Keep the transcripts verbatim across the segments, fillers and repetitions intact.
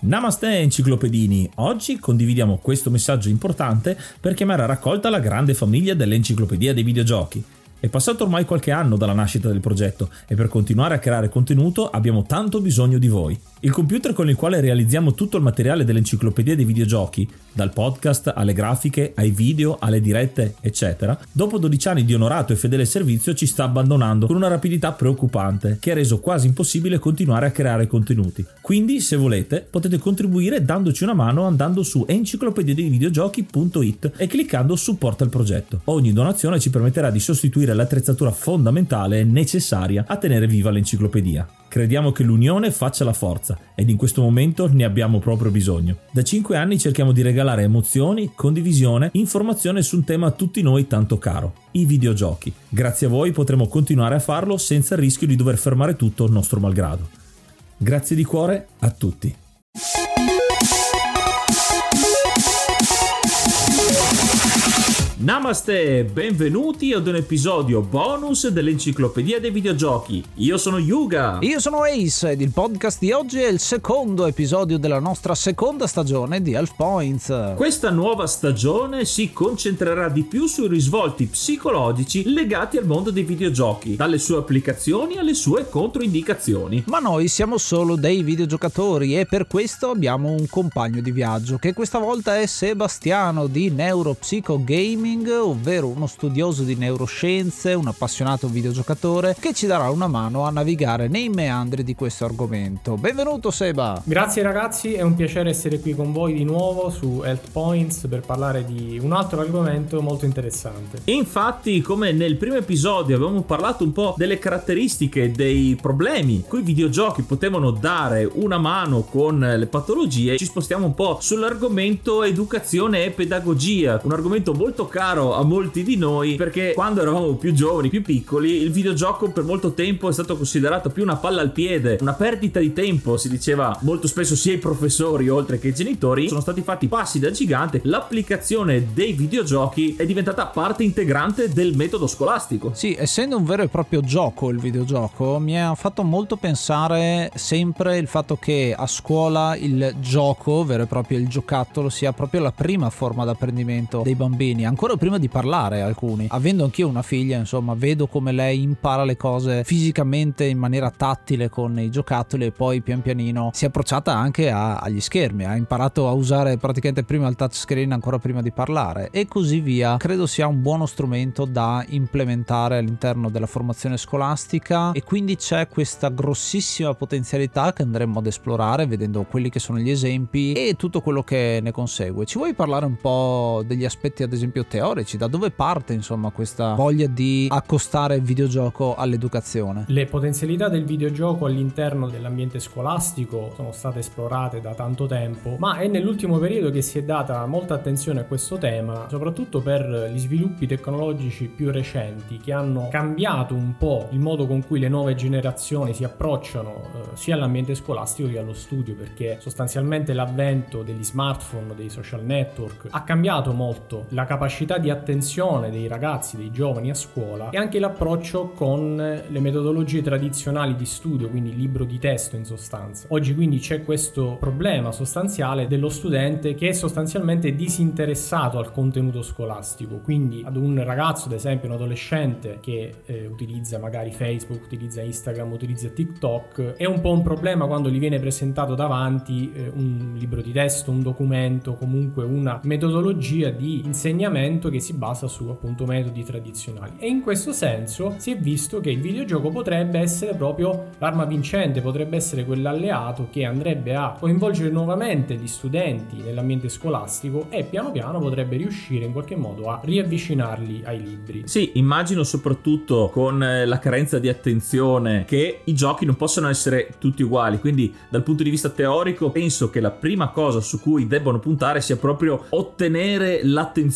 Namaste enciclopedini, oggi condividiamo questo messaggio importante per chiamare a raccolta la grande famiglia dell'enciclopedia dei videogiochi. È passato ormai qualche anno dalla nascita del progetto e per continuare a creare contenuto abbiamo tanto bisogno di voi. Il computer con il quale realizziamo tutto il materiale dell'enciclopedia dei videogiochi, dal podcast alle grafiche, ai video, alle dirette, eccetera, dopo dodici anni di onorato e fedele servizio ci sta abbandonando con una rapidità preoccupante che ha reso quasi impossibile continuare a creare contenuti. Quindi, se volete, potete contribuire dandoci una mano andando su enciclopedia dei videogiochi punto it e cliccando supporta il progetto. Ogni donazione ci permetterà di sostituire l'attrezzatura fondamentale necessaria a tenere viva l'enciclopedia. Crediamo che l'unione faccia la forza ed in questo momento ne abbiamo proprio bisogno. Da cinque anni cerchiamo di regalare emozioni, condivisione, informazione su un tema a tutti noi tanto caro, i videogiochi. Grazie a voi potremo continuare a farlo senza il rischio di dover fermare tutto nostro malgrado. Grazie di cuore a tutti. Namaste, benvenuti ad un episodio bonus dell'enciclopedia dei videogiochi. Io sono Yuga. Io sono Ace ed il podcast di oggi è il secondo episodio della nostra seconda stagione di Health Points. Questa nuova stagione si concentrerà di più sui risvolti psicologici legati al mondo dei videogiochi, dalle sue applicazioni alle sue controindicazioni. Ma noi siamo solo dei videogiocatori e per questo abbiamo un compagno di viaggio che questa volta è Sebastiano di Neuropsycho Gaming, ovvero uno studioso di neuroscienze, un appassionato videogiocatore che ci darà una mano a navigare nei meandri di questo argomento. Benvenuto Seba! Grazie ragazzi, è un piacere essere qui con voi di nuovo su Health Points per parlare di un altro argomento molto interessante. Infatti, come nel primo episodio avevamo parlato un po' delle caratteristiche, dei problemi cui i videogiochi potevano dare una mano con le patologie, ci spostiamo un po' sull'argomento educazione e pedagogia, un argomento molto caro a molti di noi perché quando eravamo più giovani, più piccoli, il videogioco per molto tempo è stato considerato più una palla al piede, una perdita di tempo, si diceva molto spesso sia i professori oltre che i genitori. Sono stati fatti passi da gigante, l'applicazione dei videogiochi è diventata parte integrante del metodo scolastico. Sì, essendo un vero e proprio gioco il videogioco, mi ha fatto molto pensare sempre il fatto che a scuola il gioco, vero e proprio il giocattolo, sia proprio la prima forma d'apprendimento dei bambini, ancora prima di parlare alcuni. Avendo anch'io una figlia, insomma, vedo come lei impara le cose fisicamente in maniera tattile con i giocattoli e poi pian pianino si è approcciata anche a, agli schermi, ha imparato a usare praticamente prima il touchscreen ancora prima di parlare e così via. Credo sia un buono strumento da implementare all'interno della formazione scolastica e quindi c'è questa grossissima potenzialità che andremo ad esplorare vedendo quelli che sono gli esempi e tutto quello che ne consegue. Ci vuoi parlare un po' degli aspetti ad esempio teorici, da dove parte insomma questa voglia di accostare il videogioco all'educazione? Le potenzialità del videogioco all'interno dell'ambiente scolastico sono state esplorate da tanto tempo, ma è nell'ultimo periodo che si è data molta attenzione a questo tema, soprattutto per gli sviluppi tecnologici più recenti che hanno cambiato un po' il modo con cui le nuove generazioni si approcciano eh, sia all'ambiente scolastico che allo studio, perché sostanzialmente l'avvento degli smartphone, dei social network ha cambiato molto la capacità di attenzione dei ragazzi, dei giovani a scuola e anche l'approccio con le metodologie tradizionali di studio, quindi il libro di testo in sostanza. Oggi quindi c'è questo problema sostanziale dello studente che è sostanzialmente disinteressato al contenuto scolastico, quindi ad un ragazzo, ad esempio un adolescente che eh, utilizza magari Facebook, utilizza Instagram, utilizza TikTok, è un po' un problema quando gli viene presentato davanti eh, un libro di testo, un documento, comunque una metodologia di insegnamento che si basa su appunto metodi tradizionali. E in questo senso si è visto che il videogioco potrebbe essere proprio l'arma vincente, potrebbe essere quell'alleato che andrebbe a coinvolgere nuovamente gli studenti nell'ambiente scolastico e piano piano potrebbe riuscire in qualche modo a riavvicinarli ai libri. Sì, immagino soprattutto con la carenza di attenzione che i giochi non possono essere tutti uguali, quindi dal punto di vista teorico penso che la prima cosa su cui debbono puntare sia proprio ottenere l'attenzione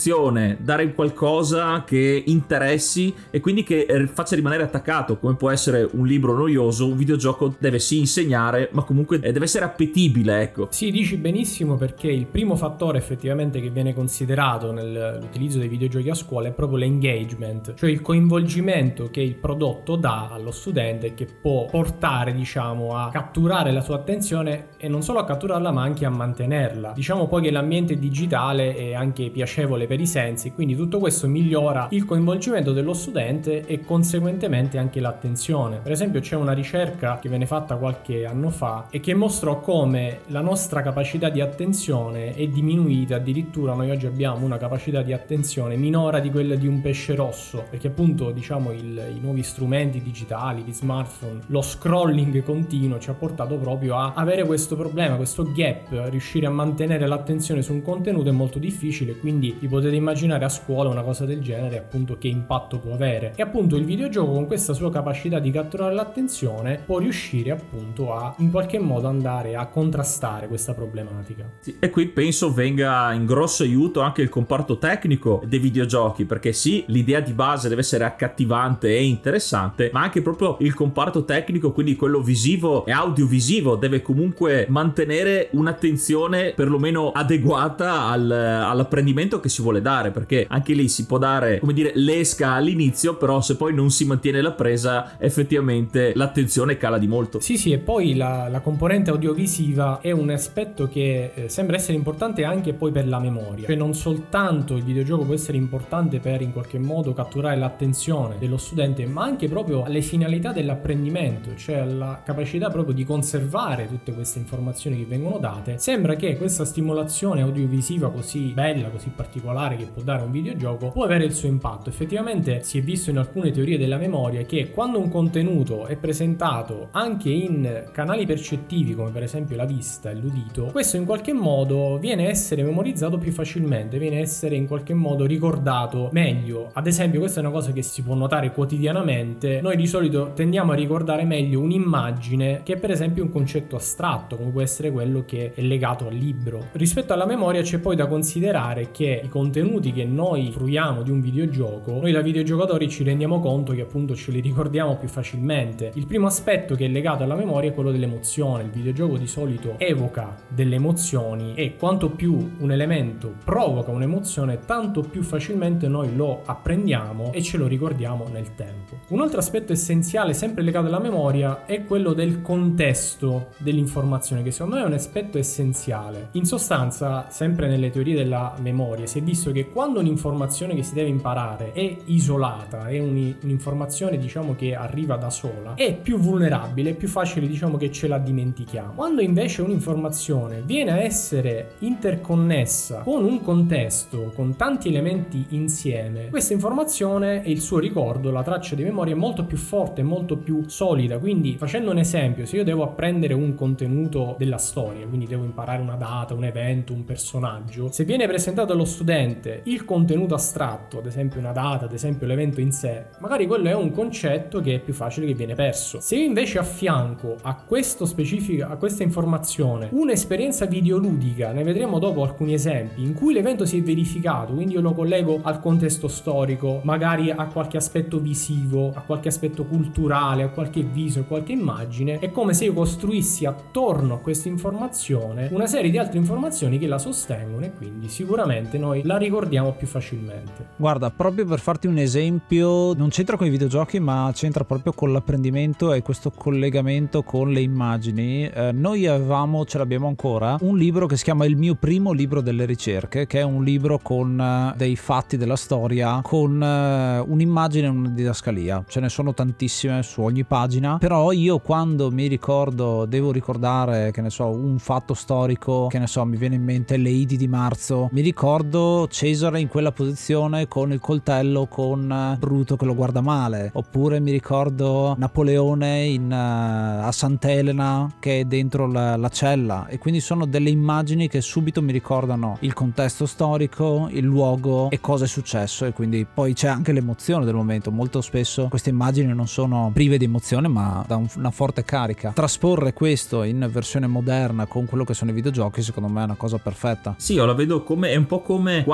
attenzione, dare qualcosa che interessi e quindi che faccia rimanere attaccato, come può essere un libro noioso. Un videogioco deve sì insegnare, ma comunque deve essere appetibile, ecco. Sì, dici benissimo, perché il primo fattore effettivamente che viene considerato nell'utilizzo dei videogiochi a scuola è proprio l'engagement, cioè il coinvolgimento che il prodotto dà allo studente, che può portare, diciamo, a catturare la sua attenzione, e non solo a catturarla ma anche a mantenerla. Diciamo poi che l'ambiente digitale è anche piacevole per i sensi, quindi tutto questo migliora il coinvolgimento dello studente e conseguentemente anche l'attenzione. Per esempio c'è una ricerca che venne fatta qualche anno fa e che mostrò come la nostra capacità di attenzione è diminuita. Addirittura noi oggi abbiamo una capacità di attenzione minore di quella di un pesce rosso, perché appunto, diciamo, il, i nuovi strumenti digitali, gli smartphone, lo scrolling continuo ci ha portato proprio a avere questo problema, questo gap. Riuscire a mantenere l'attenzione su un contenuto è molto difficile, quindi vi potete immaginare a scuola una cosa del genere, appunto, che impatto può avere. E appunto il videogioco, con questa sua capacità di catturare l'attenzione, può riuscire appunto a in qualche modo andare a contrastare questa problematica. Sì, e qui penso venga in grosso aiuto anche il comparto tecnico dei videogiochi, perché sì, l'idea di base deve essere accattivante e interessante, ma anche proprio il comparto tecnico, quindi quello visivo e audiovisivo, deve comunque mantenere un'attenzione perlomeno adeguata al, all'apprendimento che si vuole dare, perché anche lì si può dare, come dire, l'esca all'inizio, però se poi non si mantiene la presa, effettivamente l'attenzione cala di molto. Sì, sì, e poi la, la componente audiovisiva è un aspetto che eh, sembra essere importante anche poi per la memoria, cioè non soltanto il videogioco può essere importante per in qualche modo catturare l'attenzione dello studente, ma anche proprio alle finalità dell'apprendimento, cioè alla capacità proprio di conservare tutte queste informazioni che vengono date. Sembra che questa stimolazione audiovisiva così bella, così particolare che può dare un videogioco può avere il suo impatto. Effettivamente si è visto in alcune teorie della memoria che quando un contenuto è presentato anche in canali percettivi, come per esempio la vista e l'udito, questo in qualche modo viene a essere memorizzato più facilmente, viene a essere in qualche modo ricordato meglio. Ad esempio, questa è una cosa che si può notare quotidianamente. Noi di solito tendiamo a ricordare meglio un'immagine che per esempio un concetto astratto, come può essere quello che è legato al libro. Rispetto alla memoria c'è poi da considerare che i contenuti che noi fruiamo di un videogioco, noi da videogiocatori ci rendiamo conto che appunto ce li ricordiamo più facilmente. Il primo aspetto che è legato alla memoria è quello dell'emozione. Il videogioco di solito evoca delle emozioni e quanto più un elemento provoca un'emozione, tanto più facilmente noi lo apprendiamo e ce lo ricordiamo nel tempo. Un altro aspetto essenziale sempre legato alla memoria è quello del contesto dell'informazione, che secondo me è un aspetto essenziale. In sostanza, sempre nelle teorie della memoria si è visto che quando un'informazione che si deve imparare è isolata, è un'informazione diciamo che arriva da sola, è più vulnerabile, è più facile diciamo che ce la dimentichiamo. Quando invece un'informazione viene a essere interconnessa con un contesto, con tanti elementi insieme, questa informazione e il suo ricordo, la traccia di memoria è molto più forte, molto più solida. Quindi, facendo un esempio, se io devo apprendere un contenuto della storia, quindi devo imparare una data, un evento, un personaggio, se viene presentato allo studente il contenuto astratto, ad esempio una data, ad esempio l'evento in sé, magari quello è un concetto che è più facile che viene perso. Se io invece affianco a questo specifico, a questa informazione, un'esperienza videoludica, ne vedremo dopo alcuni esempi, in cui l'evento si è verificato, quindi io lo collego al contesto storico, magari a qualche aspetto visivo, a qualche aspetto culturale, a qualche viso, a qualche immagine, è come se io costruissi attorno a questa informazione una serie di altre informazioni che la sostengono e quindi sicuramente noi la ricordiamo più facilmente. Guarda, proprio per farti un esempio, non c'entra con i videogiochi ma c'entra proprio con l'apprendimento e questo collegamento con le immagini. Eh, noi avevamo, ce l'abbiamo ancora, un libro che si chiama Il mio primo libro delle ricerche, che è un libro con uh, dei fatti della storia, con uh, un'immagine e una didascalia. Ce ne sono tantissime su ogni pagina, però io quando mi ricordo, devo ricordare, che ne so, un fatto storico, che ne so, mi viene in mente le Idi di marzo, mi ricordo Cesare in quella posizione con il coltello con uh, Bruto che lo guarda male, oppure mi ricordo Napoleone in, uh, a Sant'Elena che è dentro la, la cella, e quindi sono delle immagini che subito mi ricordano il contesto storico, il luogo e cosa è successo, e quindi poi c'è anche l'emozione del momento. Molto spesso queste immagini non sono prive di emozione ma da un, una forte carica. Trasporre questo in versione moderna con quello che sono i videogiochi secondo me è una cosa perfetta. Sì, io la vedo come, è un po' come quando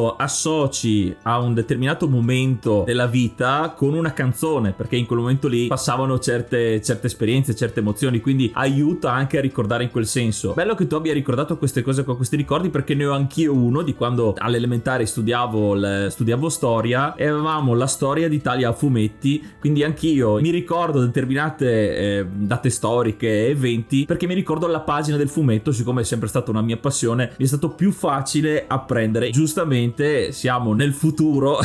lo associ a un determinato momento della vita con una canzone, perché in quel momento lì passavano certe, certe esperienze, certe emozioni, quindi aiuta anche a ricordare in quel senso. Bello che tu abbia ricordato queste cose con questi ricordi, perché ne ho anch'io uno di quando alle elementari studiavo, le, studiavo storia e avevamo la storia d'Italia a fumetti, quindi anch'io mi ricordo determinate eh, date storiche, eventi, perché mi ricordo la pagina del fumetto. Siccome è sempre stata una mia passione, mi è stato più facile apprendere. Giustamente siamo nel futuro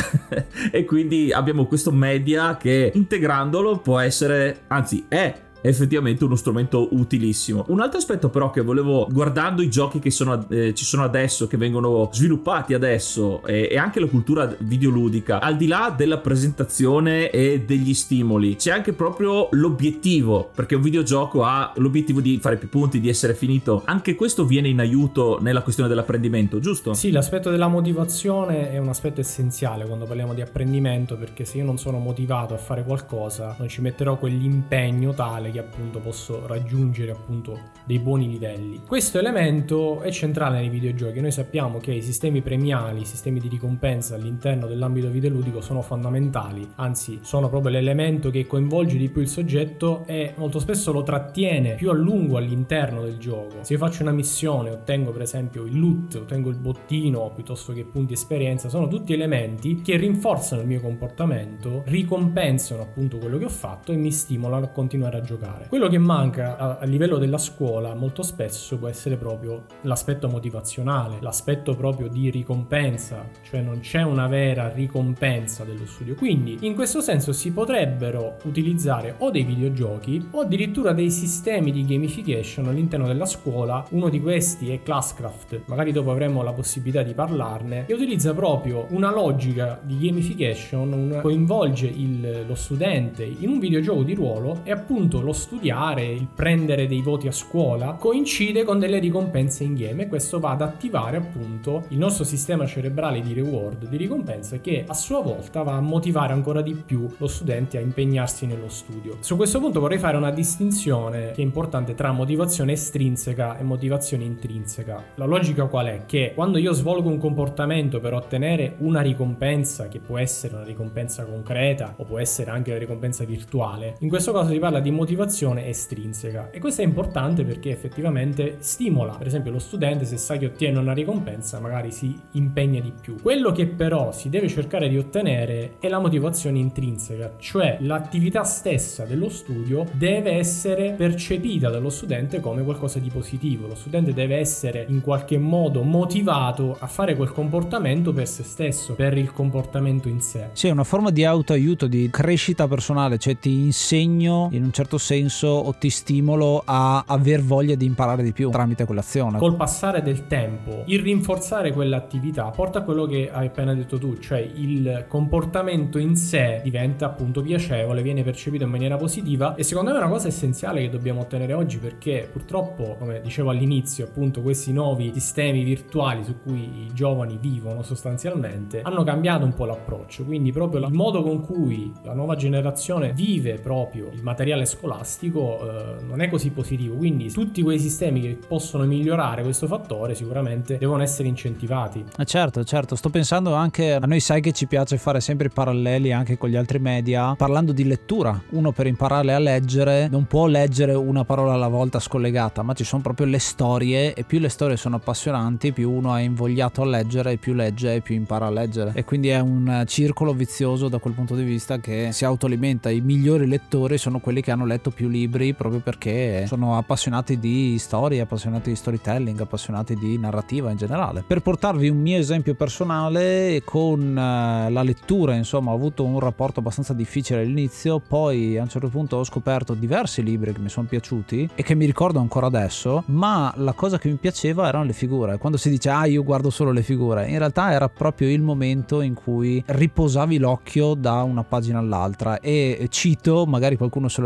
e quindi abbiamo questo media che integrandolo può essere, anzi è effettivamente uno strumento utilissimo. Un altro aspetto però che volevo, guardando i giochi che sono, eh, ci sono adesso, che vengono sviluppati adesso, e, e anche la cultura videoludica, al di là della presentazione e degli stimoli, c'è anche proprio l'obiettivo, perché un videogioco ha l'obiettivo di fare più punti, di essere finito. Anche questo viene in aiuto nella questione dell'apprendimento, giusto? Sì, l'aspetto della motivazione è un aspetto essenziale quando parliamo di apprendimento, perché se io non sono motivato a fare qualcosa non ci metterò quell'impegno tale che appunto posso raggiungere appunto dei buoni livelli. Questo elemento è centrale nei videogiochi. Noi sappiamo che i sistemi premiali, i sistemi di ricompensa all'interno dell'ambito videoludico sono fondamentali, anzi sono proprio l'elemento che coinvolge di più il soggetto e molto spesso lo trattiene più a lungo all'interno del gioco. Se io faccio una missione, ottengo per esempio il loot, ottengo il bottino piuttosto che punti esperienza, sono tutti elementi che rinforzano il mio comportamento, ricompensano appunto quello che ho fatto e mi stimolano a continuare a giocare. Quello che manca a, a livello della scuola molto spesso può essere proprio l'aspetto motivazionale, l'aspetto proprio di ricompensa, cioè non c'è una vera ricompensa dello studio. Quindi in questo senso si potrebbero utilizzare o dei videogiochi o addirittura dei sistemi di gamification all'interno della scuola. Uno di questi è Classcraft, magari dopo avremo la possibilità di parlarne, che utilizza proprio una logica di gamification, un, coinvolge il, lo studente in un videogioco di ruolo e appunto lo studiare, il prendere dei voti a scuola coincide con delle ricompense in game, e questo va ad attivare appunto il nostro sistema cerebrale di reward, di ricompensa, che a sua volta va a motivare ancora di più lo studente a impegnarsi nello studio. Su questo punto vorrei fare una distinzione che è importante tra motivazione estrinseca e motivazione intrinseca. La logica qual è? Che quando io svolgo un comportamento per ottenere una ricompensa, che può essere una ricompensa concreta o può essere anche una ricompensa virtuale, in questo caso si parla di motivazione estrinseca, e questo è importante perché effettivamente stimola per esempio lo studente. Se sa che ottiene una ricompensa magari si impegna di più. Quello che però si deve cercare di ottenere è la motivazione intrinseca, cioè l'attività stessa dello studio deve essere percepita dallo studente come qualcosa di positivo. Lo studente deve essere in qualche modo motivato a fare quel comportamento per se stesso, per il comportamento in sé. Sì, è una forma di autoaiuto, di crescita personale, cioè ti insegno in un certo senso o ti stimolo a aver voglia di imparare di più tramite quell'azione. Col passare del tempo, il rinforzare quell'attività porta a quello che hai appena detto tu, cioè il comportamento in sé diventa appunto piacevole, viene percepito in maniera positiva, e secondo me è una cosa essenziale che dobbiamo ottenere oggi, perché purtroppo, come dicevo all'inizio, appunto questi nuovi sistemi virtuali su cui i giovani vivono sostanzialmente hanno cambiato un po' l'approccio, quindi proprio il modo con cui la nuova generazione vive proprio il materiale scolastico eh, non è così positivo. Quindi tutti quei sistemi che possono migliorare questo fattore sicuramente devono essere incentivati. Eh certo, certo, sto pensando anche a noi, sai che ci piace fare sempre i paralleli anche con gli altri media, parlando di lettura. Uno per imparare a leggere non può leggere una parola alla volta scollegata, ma ci sono proprio le storie, e più le storie sono appassionanti, più uno è invogliato a leggere, e più legge e più impara a leggere, e quindi è un circolo vizioso da quel punto di vista che si autoalimenta. I migliori lettori sono quelli che hanno letto più libri proprio perché sono appassionati di storie, appassionati di storytelling, appassionati di narrativa in generale. Per portarvi un mio esempio personale, con la lettura insomma ho avuto un rapporto abbastanza difficile all'inizio, poi a un certo punto ho scoperto diversi libri che mi sono piaciuti e che mi ricordo ancora adesso, ma la cosa che mi piaceva erano le figure. Quando si dice ah io guardo solo le figure, in realtà era proprio il momento in cui riposavi l'occhio da una pagina all'altra. E cito, magari qualcuno se lo ricorda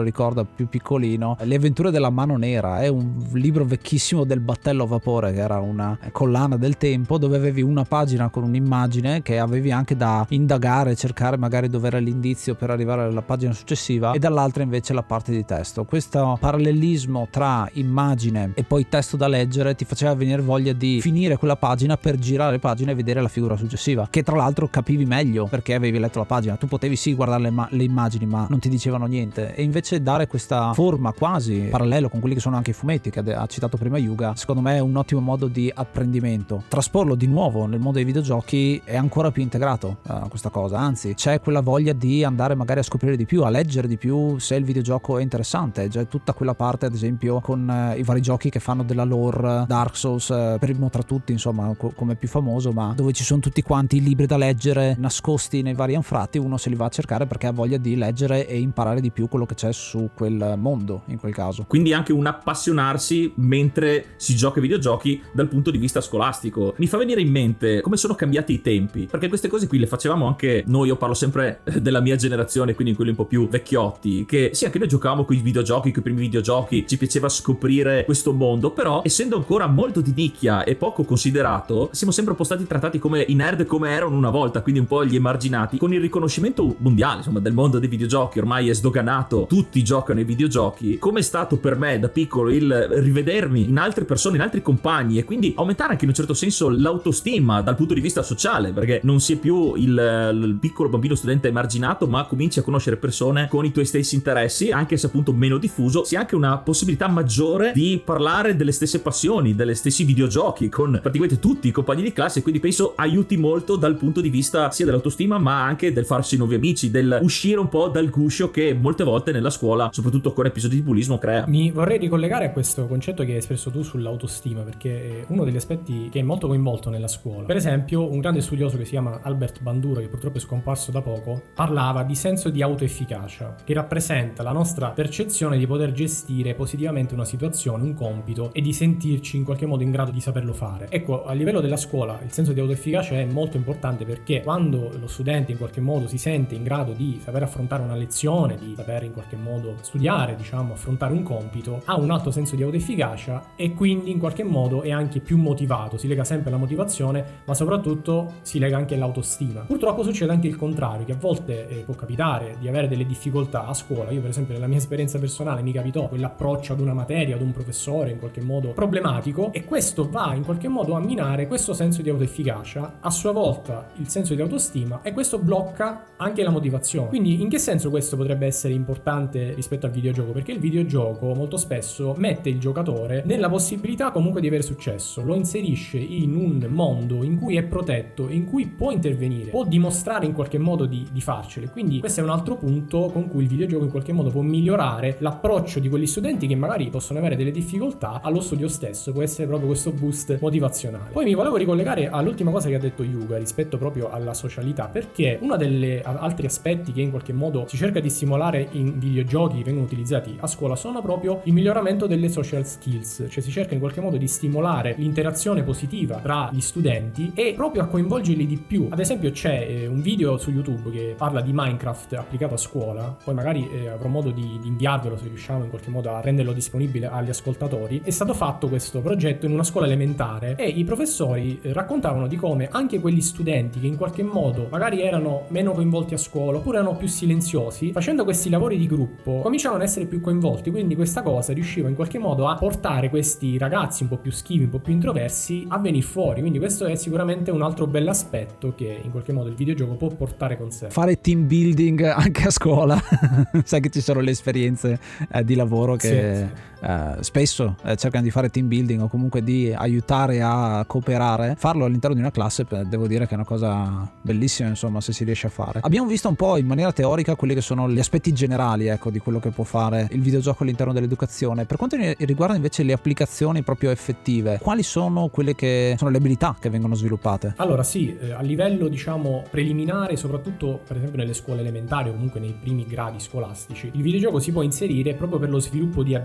da più piccolino, Le avventure della mano nera, è un libro vecchissimo del battello a vapore, che era una collana del tempo dove avevi una pagina con un'immagine che avevi anche da indagare, cercare magari dove era l'indizio per arrivare alla pagina successiva, e dall'altra invece la parte di testo. Questo parallelismo tra immagine e poi testo da leggere ti faceva venire voglia di finire quella pagina per girare le pagine e vedere la figura successiva, che tra l'altro capivi meglio perché avevi letto la pagina. Tu potevi sì guardare le, ma- le immagini ma non ti dicevano niente, e invece dare questa forma quasi parallelo con quelli che sono anche i fumetti che ha citato prima Yuga, secondo me è un ottimo modo di apprendimento. Trasporlo di nuovo nel mondo dei videogiochi è ancora più integrato uh, questa cosa, anzi c'è quella voglia di andare magari a scoprire di più, a leggere di più se il videogioco è interessante. C'è tutta quella parte ad esempio con uh, i vari giochi che fanno della lore, Dark Souls uh, primo tra tutti, insomma co- come più famoso, ma dove ci sono tutti quanti i libri da leggere nascosti nei vari anfratti, uno se li va a cercare perché ha voglia di leggere e imparare di più quello che c'è su quel mondo in quel caso. Quindi anche un appassionarsi mentre si gioca ai videogiochi dal punto di vista scolastico. Mi fa venire in mente come sono cambiati i tempi, perché queste cose qui le facevamo anche noi. Io parlo sempre della mia generazione, quindi quelli un po' più vecchiotti, che sì, anche noi giocavamo con i videogiochi, con i primi videogiochi, ci piaceva scoprire questo mondo, però essendo ancora molto di nicchia e poco considerato, siamo sempre un po' stati trattati come i nerd come erano una volta, quindi un po' gli emarginati. Con il riconoscimento mondiale, insomma, del mondo dei videogiochi, ormai è sdoganato, tutti giocano ai videogiochi. Come è stato per me da piccolo il rivedermi in altre persone, in altri compagni, e quindi aumentare anche in un certo senso l'autostima dal punto di vista sociale, perché non si è più il, il piccolo bambino studente emarginato, ma cominci a conoscere persone con i tuoi stessi interessi, anche se appunto meno diffuso. Si ha anche una possibilità maggiore di parlare delle stesse passioni, delle stessi videogiochi con praticamente tutti i compagni di classe, quindi penso aiuti molto dal punto di vista sia dell'autostima ma anche del farsi nuovi amici, del uscire un po' dal guscio che molte volte nella scuola, soprattutto con episodi di bullismo, crea. Mi vorrei ricollegare a questo concetto che hai espresso tu sull'autostima, perché è uno degli aspetti che è molto coinvolto nella scuola. Per esempio, un grande studioso che si chiama Albert Bandura, che purtroppo è scomparso da poco, parlava di senso di autoefficacia, che rappresenta la nostra percezione di poter gestire positivamente una situazione, un compito, e di sentirci in qualche modo in grado di saperlo fare. Ecco, a livello della scuola il senso di autoefficacia è molto importante, perché quando lo studente in qualche modo si sente in grado di saper affrontare una lezione, di saper in qualche modo studiare, diciamo, affrontare un compito, ha un alto senso di autoefficacia e quindi in qualche modo è anche più motivato. Si lega sempre alla motivazione, ma soprattutto si lega anche all'autostima. Purtroppo succede anche il contrario, che a volte eh, può capitare di avere delle difficoltà a scuola. Io per esempio nella mia esperienza personale mi capitò quell'approccio ad una materia, ad un professore in qualche modo problematico, e questo va in qualche modo a minare questo senso di autoefficacia, a sua volta il senso di autostima, e questo blocca anche la motivazione. Quindi in che senso questo potrebbe essere importante rispetto al videogioco? Perché il videogioco molto spesso mette il giocatore nella possibilità comunque di avere successo, lo inserisce in un mondo in cui è protetto, in cui può intervenire, può dimostrare in qualche modo di, di farcelo. Quindi questo è un altro punto con cui il videogioco in qualche modo può migliorare l'approccio di quegli studenti che magari possono avere delle difficoltà allo studio stesso. Può essere proprio questo boost motivazionale. Poi mi volevo ricollegare all'ultima cosa che ha detto Yuga rispetto proprio alla socialità, perché uno degli altri aspetti che in qualche modo si cerca di stimolare in videogiochi che vengono utilizzati a scuola sono proprio il miglioramento delle social skills, cioè si cerca in qualche modo di stimolare l'interazione positiva tra gli studenti e proprio a coinvolgerli di più. Ad esempio c'è eh, un video su YouTube che parla di Minecraft applicato a scuola, poi magari eh, avrò modo di, di inviarvelo se riusciamo in qualche modo a renderlo disponibile agli ascoltatori. È stato fatto questo progetto in una scuola elementare e i professori eh, raccontavano di come anche quegli studenti che in qualche modo magari erano meno coinvolti a scuola oppure erano più silenziosi, facendo questi lavori di gruppo cominciavano ad essere più coinvolti. Quindi questa cosa riusciva in qualche modo a portare questi ragazzi un po' più schivi, un po' più introversi a venire fuori. Quindi questo è sicuramente un altro bell'aspetto che in qualche modo il videogioco può portare con sé. Fare team building anche a scuola. Sai che ci sono le esperienze eh, di lavoro che sì, sì. Eh, spesso eh, cercano di fare team building o comunque di aiutare a cooperare. Farlo all'interno di una classe devo dire che è una cosa bellissima, insomma, se si riesce a fare. Abbiamo visto un po' in maniera teorica quelli che sono gli aspetti generali, ecco, di quello che può fare il videogioco all'interno dell'educazione. Per quanto riguarda invece le applicazioni proprio effettive, quali sono quelle che sono le abilità che vengono sviluppate? Allora sì, eh, a livello diciamo preliminare, soprattutto per esempio nelle scuole elementari o comunque nei primi gradi scolastici, il videogioco si può inserire proprio per lo sviluppo di abilità.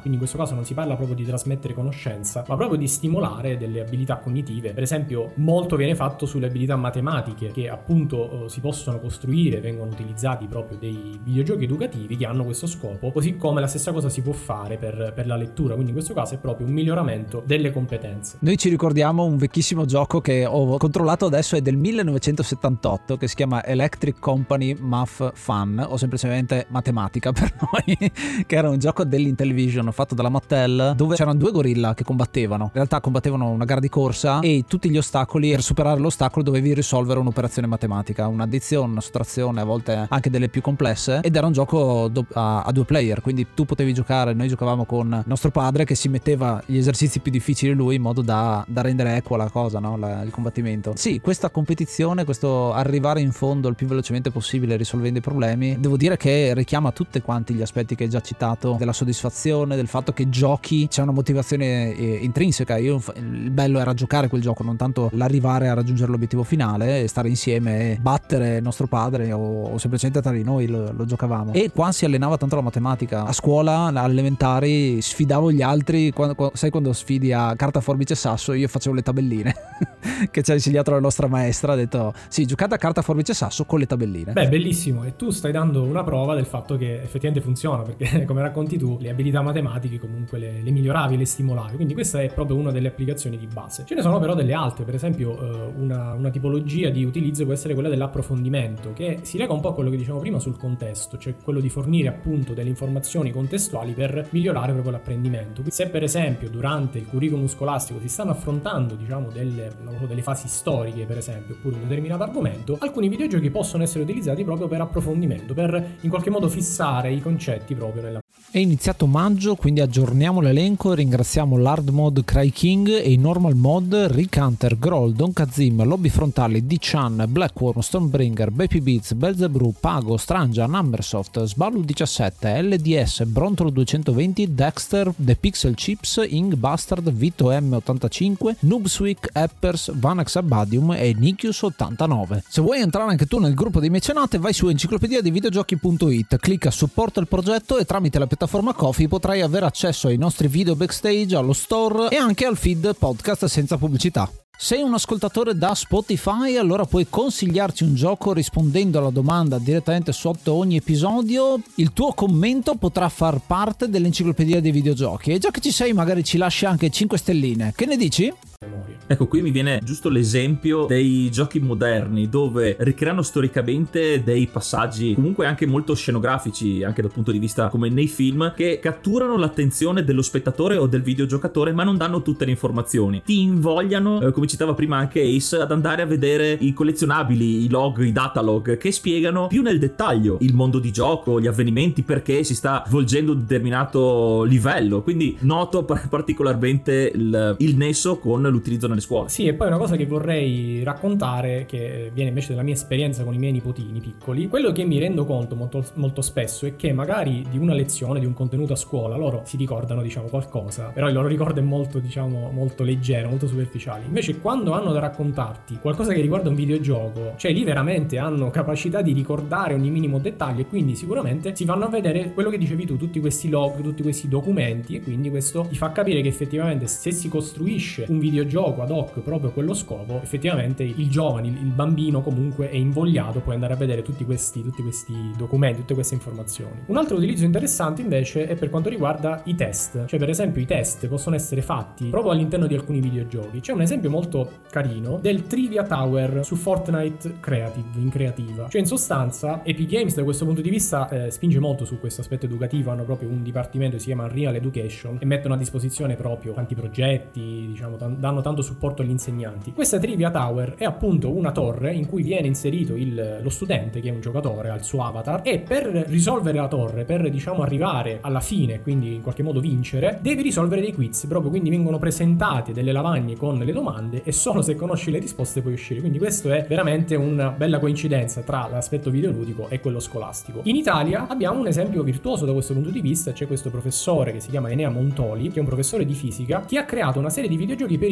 quindi in questo caso non si parla proprio di trasmettere conoscenza, ma proprio di stimolare delle abilità cognitive. Per esempio, molto viene fatto sulle abilità matematiche, che appunto eh, si possono costruire, vengono utilizzati proprio dei videogiochi educativi che hanno questo scopo, così come la stessa cosa si può fare per, per la lettura, quindi in questo caso è proprio un miglioramento delle competenze. Noi ci ricordiamo un vecchissimo gioco che ho controllato adesso, è del millenovecentosettantotto, che si chiama Electric Company Math Fun, o semplicemente matematica per noi, che era un gioco dell'Intellivision fatto dalla Mattel, dove c'erano due gorilla che combattevano. In realtà combattevano una gara di corsa e tutti gli ostacoli, per superare l'ostacolo dovevi risolvere un'operazione matematica, un'addizione, una sottrazione, a volte anche delle più complesse, ed era un gioco a, a due player, quindi tu potevi giocare, noi giocavamo con nostro padre che si metteva gli esercizi più difficili lui in modo da, da rendere equa la cosa, no? La, il combattimento. Sì, questa competizione, questo arrivare in fondo il più velocemente possibile risolvendo i problemi, devo dire che richiama tutti quanti gli aspetti che hai già citato, della soddisfazione, del fatto che giochi, c'è una motivazione eh, intrinseca. Io, il bello era giocare quel gioco, non tanto l'arrivare a raggiungere l'obiettivo finale e stare insieme e battere nostro padre, o, o semplicemente tra di noi lo, lo giocavamo. E qua si allenava tanto la matematica. A scuola, alle elementari, sfidavo gli altri, quando, quando, sai quando sfidi a carta, forbice, sasso, io facevo le tabelline che ci ha insegnato la nostra maestra, ha detto sì, giocate a carta, forbice, sasso con le tabelline. Beh, bellissimo, e tu stai dando una prova del fatto che effettivamente funziona, perché come racconti tu, le abilità matematiche comunque le, le miglioravi, le stimolavi, quindi questa è proprio una delle applicazioni di base. Ce ne sono però delle altre, per esempio eh, una, una tipologia di utilizzo può essere quella dell'approfondimento, che si lega un po' a quello che dicevamo prima sul contesto, cioè quello di fornire appunto delle informazioni contestuali per migliorare proprio l'apprendimento. Se per esempio durante il curriculum scolastico si stanno affrontando, diciamo, delle, delle fasi storiche, per esempio, oppure un determinato argomento, alcuni videogiochi possono essere utilizzati proprio per approfondimento, per in qualche modo fissare i concetti proprio nella... È iniziato maggio, quindi aggiorniamo l'elenco e ringraziamo l'hard mod Cry King e i normal mod Rick Hunter, Groll, Don Kazim, Lobby Frontali, D-Chan, Blackworm, Stormbringer, Baby Beats, Belzebrew, Pago, Strangia, Numbersoft, Sballu diciassette, L D S, Brontolo duecentoventi, Dexter, The Pixel Chips, Ing Bastard, Vito M ottantacinque, Noobswick, Eppers, Vanax Abadium e Nikius ottantanove. Se vuoi entrare anche tu nel gruppo dei mecenate, vai su enciclopedia dei videogiochi punto it, clicca supporta il progetto e tramite la piattaforma Ko-fi potrai avere accesso ai nostri video backstage, allo store e anche al feed podcast senza pubblicità. Sei un ascoltatore da Spotify, allora puoi consigliarci un gioco rispondendo alla domanda direttamente sotto ogni episodio. Il tuo commento potrà far parte dell'enciclopedia dei videogiochi, e già che ci sei magari ci lasci anche cinque stelline. Che ne dici? Ecco, qui mi viene giusto l'esempio dei giochi moderni dove ricreano storicamente dei passaggi comunque anche molto scenografici, anche dal punto di vista come nei film, che catturano l'attenzione dello spettatore o del videogiocatore ma non danno tutte le informazioni, ti invogliano, eh, come citava prima anche Ace, ad andare a vedere i collezionabili, i log, i datalog che spiegano più nel dettaglio il mondo di gioco, gli avvenimenti, perché si sta svolgendo un determinato livello. Quindi noto particolarmente il, il nesso con l'utilizzo nelle scuole. Sì, e poi una cosa che vorrei raccontare, che viene invece dalla mia esperienza con i miei nipotini piccoli, quello che mi rendo conto molto, molto spesso è che magari di una lezione, di un contenuto a scuola, loro si ricordano, diciamo, qualcosa, però il loro ricordo è molto, diciamo, molto leggero, molto superficiale. Invece quando hanno da raccontarti qualcosa che riguarda un videogioco, cioè lì veramente hanno capacità di ricordare ogni minimo dettaglio, e quindi sicuramente si vanno a vedere quello che dicevi tu, tutti questi log, tutti questi documenti, e quindi questo ti fa capire che effettivamente se si costruisce un videogioco ad hoc proprio a quello scopo, effettivamente il giovane, il bambino comunque è invogliato poi andare a vedere tutti questi, tutti questi documenti, tutte queste informazioni. Un altro utilizzo interessante invece è per quanto riguarda i test, cioè per esempio i test possono essere fatti proprio all'interno di alcuni videogiochi. C'è un esempio molto carino del Trivia Tower su Fortnite Creative, in creativa, cioè in sostanza Epic Games da questo punto di vista eh, spinge molto su questo aspetto educativo, hanno proprio un dipartimento che si chiama Real Education e mettono a disposizione proprio tanti progetti, diciamo, t- danno tanto supporto agli insegnanti. Questa Trivia Tower è appunto una torre in cui viene inserito il, lo studente, che è un giocatore, al suo avatar, e per risolvere la torre, per diciamo arrivare alla fine, quindi in qualche modo vincere, devi risolvere dei quiz, proprio, quindi vengono presentate delle lavagne con le domande e solo se conosci le risposte puoi uscire. Quindi questo è veramente una bella coincidenza tra l'aspetto videoludico e quello scolastico. In Italia abbiamo un esempio virtuoso da questo punto di vista. C'è questo professore che si chiama Enea Montoli, che è un professore di fisica, che ha creato una serie di videogiochi per i suoi studenti,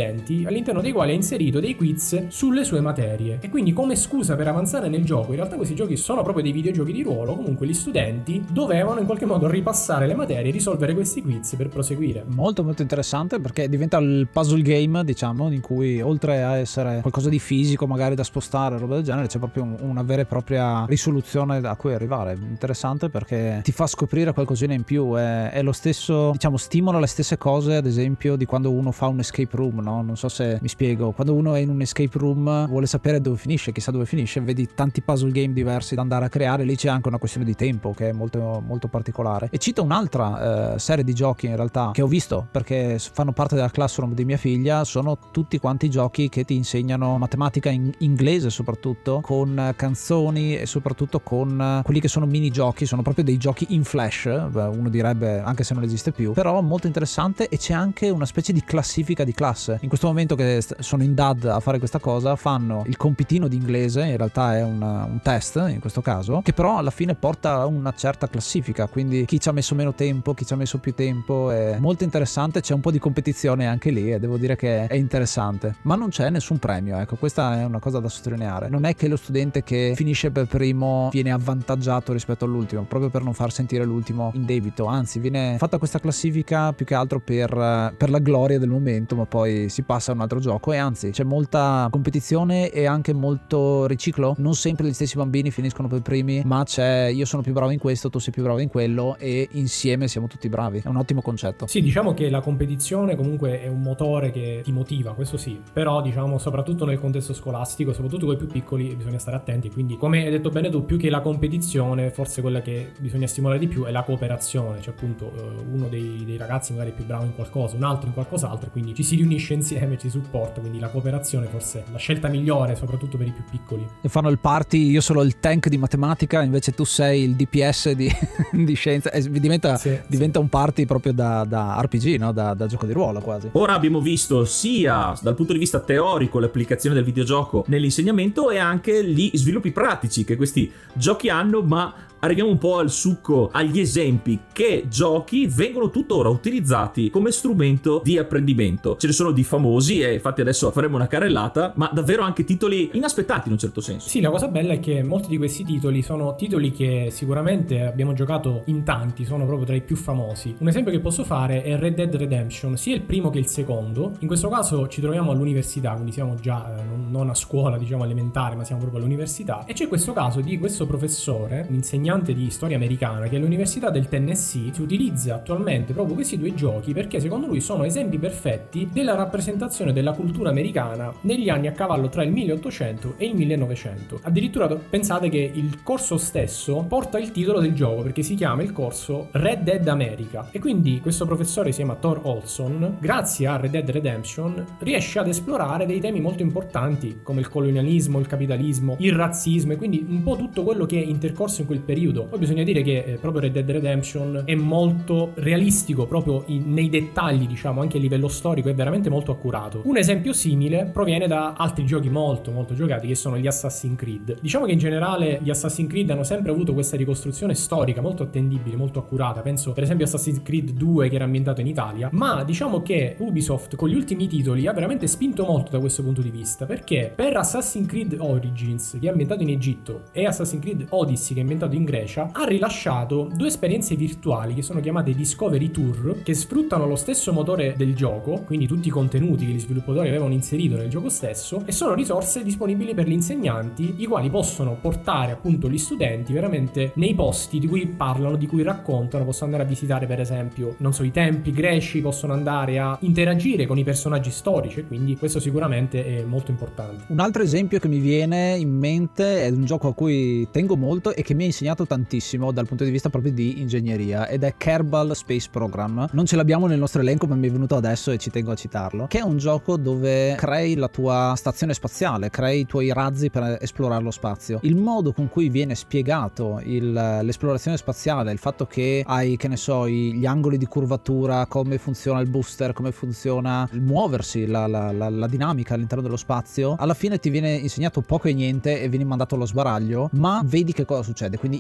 studenti, all'interno dei quali ha inserito dei quiz sulle sue materie. E quindi, come scusa per avanzare nel gioco, in realtà questi giochi sono proprio dei videogiochi di ruolo, comunque gli studenti dovevano in qualche modo ripassare le materie e risolvere questi quiz per proseguire. Molto molto interessante, perché diventa il puzzle game, diciamo, in cui oltre a essere qualcosa di fisico magari da spostare, roba del genere, c'è proprio un, una vera e propria risoluzione a cui arrivare. Interessante perché ti fa scoprire qualcosina in più, è, è lo stesso, diciamo, stimola le stesse cose ad esempio di quando uno fa un escape room, no? Non so se mi spiego, quando uno è in un escape room vuole sapere dove finisce, chissà dove finisce, vedi tanti puzzle game diversi da andare a creare, lì c'è anche una questione di tempo che è molto molto particolare. E cito un'altra eh, serie di giochi in realtà che ho visto perché fanno parte della classroom di mia figlia, sono tutti quanti giochi che ti insegnano matematica in inglese soprattutto, con canzoni e soprattutto con quelli che sono minigiochi, sono proprio dei giochi in flash, uno direbbe, anche se non esiste più, però molto interessante. E c'è anche una specie di classifica di classe. In questo momento che sono in D A D a fare questa cosa, fanno il compitino di inglese, in realtà è un, un test in questo caso, che però alla fine porta a una certa classifica, quindi chi ci ha messo meno tempo, chi ci ha messo più tempo, è molto interessante. C'è un po' di competizione anche lì e devo dire che è interessante, ma non c'è nessun premio, ecco, questa è una cosa da sottolineare. Non è che lo studente che finisce per primo viene avvantaggiato rispetto all'ultimo proprio per non far sentire l'ultimo in debito, anzi viene fatta questa classifica più che altro per, per la gloria del momento, ma poi si passa a un altro gioco. E anzi c'è molta competizione e anche molto riciclo, non sempre gli stessi bambini finiscono per primi, ma c'è io sono più bravo in questo, tu sei più bravo in quello e insieme siamo tutti bravi. È un ottimo concetto. Sì, diciamo che la competizione comunque è un motore che ti motiva, questo sì, però diciamo soprattutto nel contesto scolastico, soprattutto con i più piccoli, bisogna stare attenti. Quindi, come hai detto bene tu, più che la competizione, forse quella che bisogna stimolare di più è la cooperazione, cioè appunto uno dei, dei ragazzi magari è più bravo in qualcosa, un altro in qualcos'altro, quindi ci si riunisce insieme, ci supporta, quindi la cooperazione forse è la scelta migliore, soprattutto per i più piccoli. E fanno il party, io sono il tank di matematica, invece tu sei il D P S di, di scienza, e diventa, sì, diventa sì. un party proprio da, da R P G, no? da, da gioco di ruolo quasi. Ora abbiamo visto sia dal punto di vista teorico l'applicazione del videogioco nell'insegnamento e anche gli sviluppi pratici che questi giochi hanno, ma arriviamo un po' al succo, agli esempi. Che giochi vengono tuttora utilizzati come strumento di apprendimento? Ce ne sono di famosi e infatti adesso faremo una carrellata, ma davvero anche titoli inaspettati in un certo senso. Sì, la cosa bella è che molti di questi titoli sono titoli che sicuramente abbiamo giocato in tanti, sono proprio tra i più famosi. Un esempio che posso fare è Red Dead Redemption, sia il primo che il secondo. In questo caso ci troviamo all'università, quindi siamo già eh, non a scuola, diciamo elementare, ma siamo proprio all'università. E c'è questo caso di questo professore, un insegnante di storia americana, che all'Università del Tennessee si utilizza attualmente proprio questi due giochi perché secondo lui sono esempi perfetti della rappresentazione della cultura americana negli anni a cavallo tra il milleottocento e il millenovecento. Addirittura pensate che il corso stesso porta il titolo del gioco perché si chiama il corso Red Dead America, e quindi questo professore si chiama Thor Olson, grazie a Red Dead Redemption riesce ad esplorare dei temi molto importanti come il colonialismo, il capitalismo, il razzismo e quindi un po' tutto quello che è intercorso in quel periodo. Poi bisogna dire che eh, proprio Red Dead Redemption è molto realistico proprio in, nei dettagli, diciamo, anche a livello storico è veramente molto accurato. Un esempio simile proviene da altri giochi molto molto giocati che sono gli Assassin's Creed. Diciamo che in generale gli Assassin's Creed hanno sempre avuto questa ricostruzione storica molto attendibile, molto accurata. Penso per esempio a Assassin's Creed due che era ambientato in Italia, ma diciamo che Ubisoft con gli ultimi titoli ha veramente spinto molto da questo punto di vista, perché per Assassin's Creed Origins che è ambientato in Egitto e Assassin's Creed Odyssey che è ambientato in Grecia, ha rilasciato due esperienze virtuali che sono chiamate Discovery Tour, che sfruttano lo stesso motore del gioco, quindi tutti i contenuti che gli sviluppatori avevano inserito nel gioco stesso, e sono risorse disponibili per gli insegnanti, i quali possono portare appunto gli studenti veramente nei posti di cui parlano, di cui raccontano. Possono andare a visitare per esempio, non so, i templi greci, possono andare a interagire con i personaggi storici, e quindi questo sicuramente è molto importante. Un altro esempio che mi viene in mente è un gioco a cui tengo molto e che mi ha insegnato tantissimo dal punto di vista proprio di ingegneria, ed è Kerbal Space Program. Non ce l'abbiamo nel nostro elenco, ma mi è venuto adesso e ci tengo a citarlo, che è un gioco dove crei la tua stazione spaziale, crei i tuoi razzi per esplorare lo spazio. Il modo con cui viene spiegato il, l'esplorazione spaziale, il fatto che hai, che ne so, gli angoli di curvatura, come funziona il booster, come funziona il muoversi, la, la, la, la dinamica all'interno dello spazio, alla fine ti viene insegnato poco e niente e vieni mandato allo sbaraglio, ma vedi che cosa succede. Quindi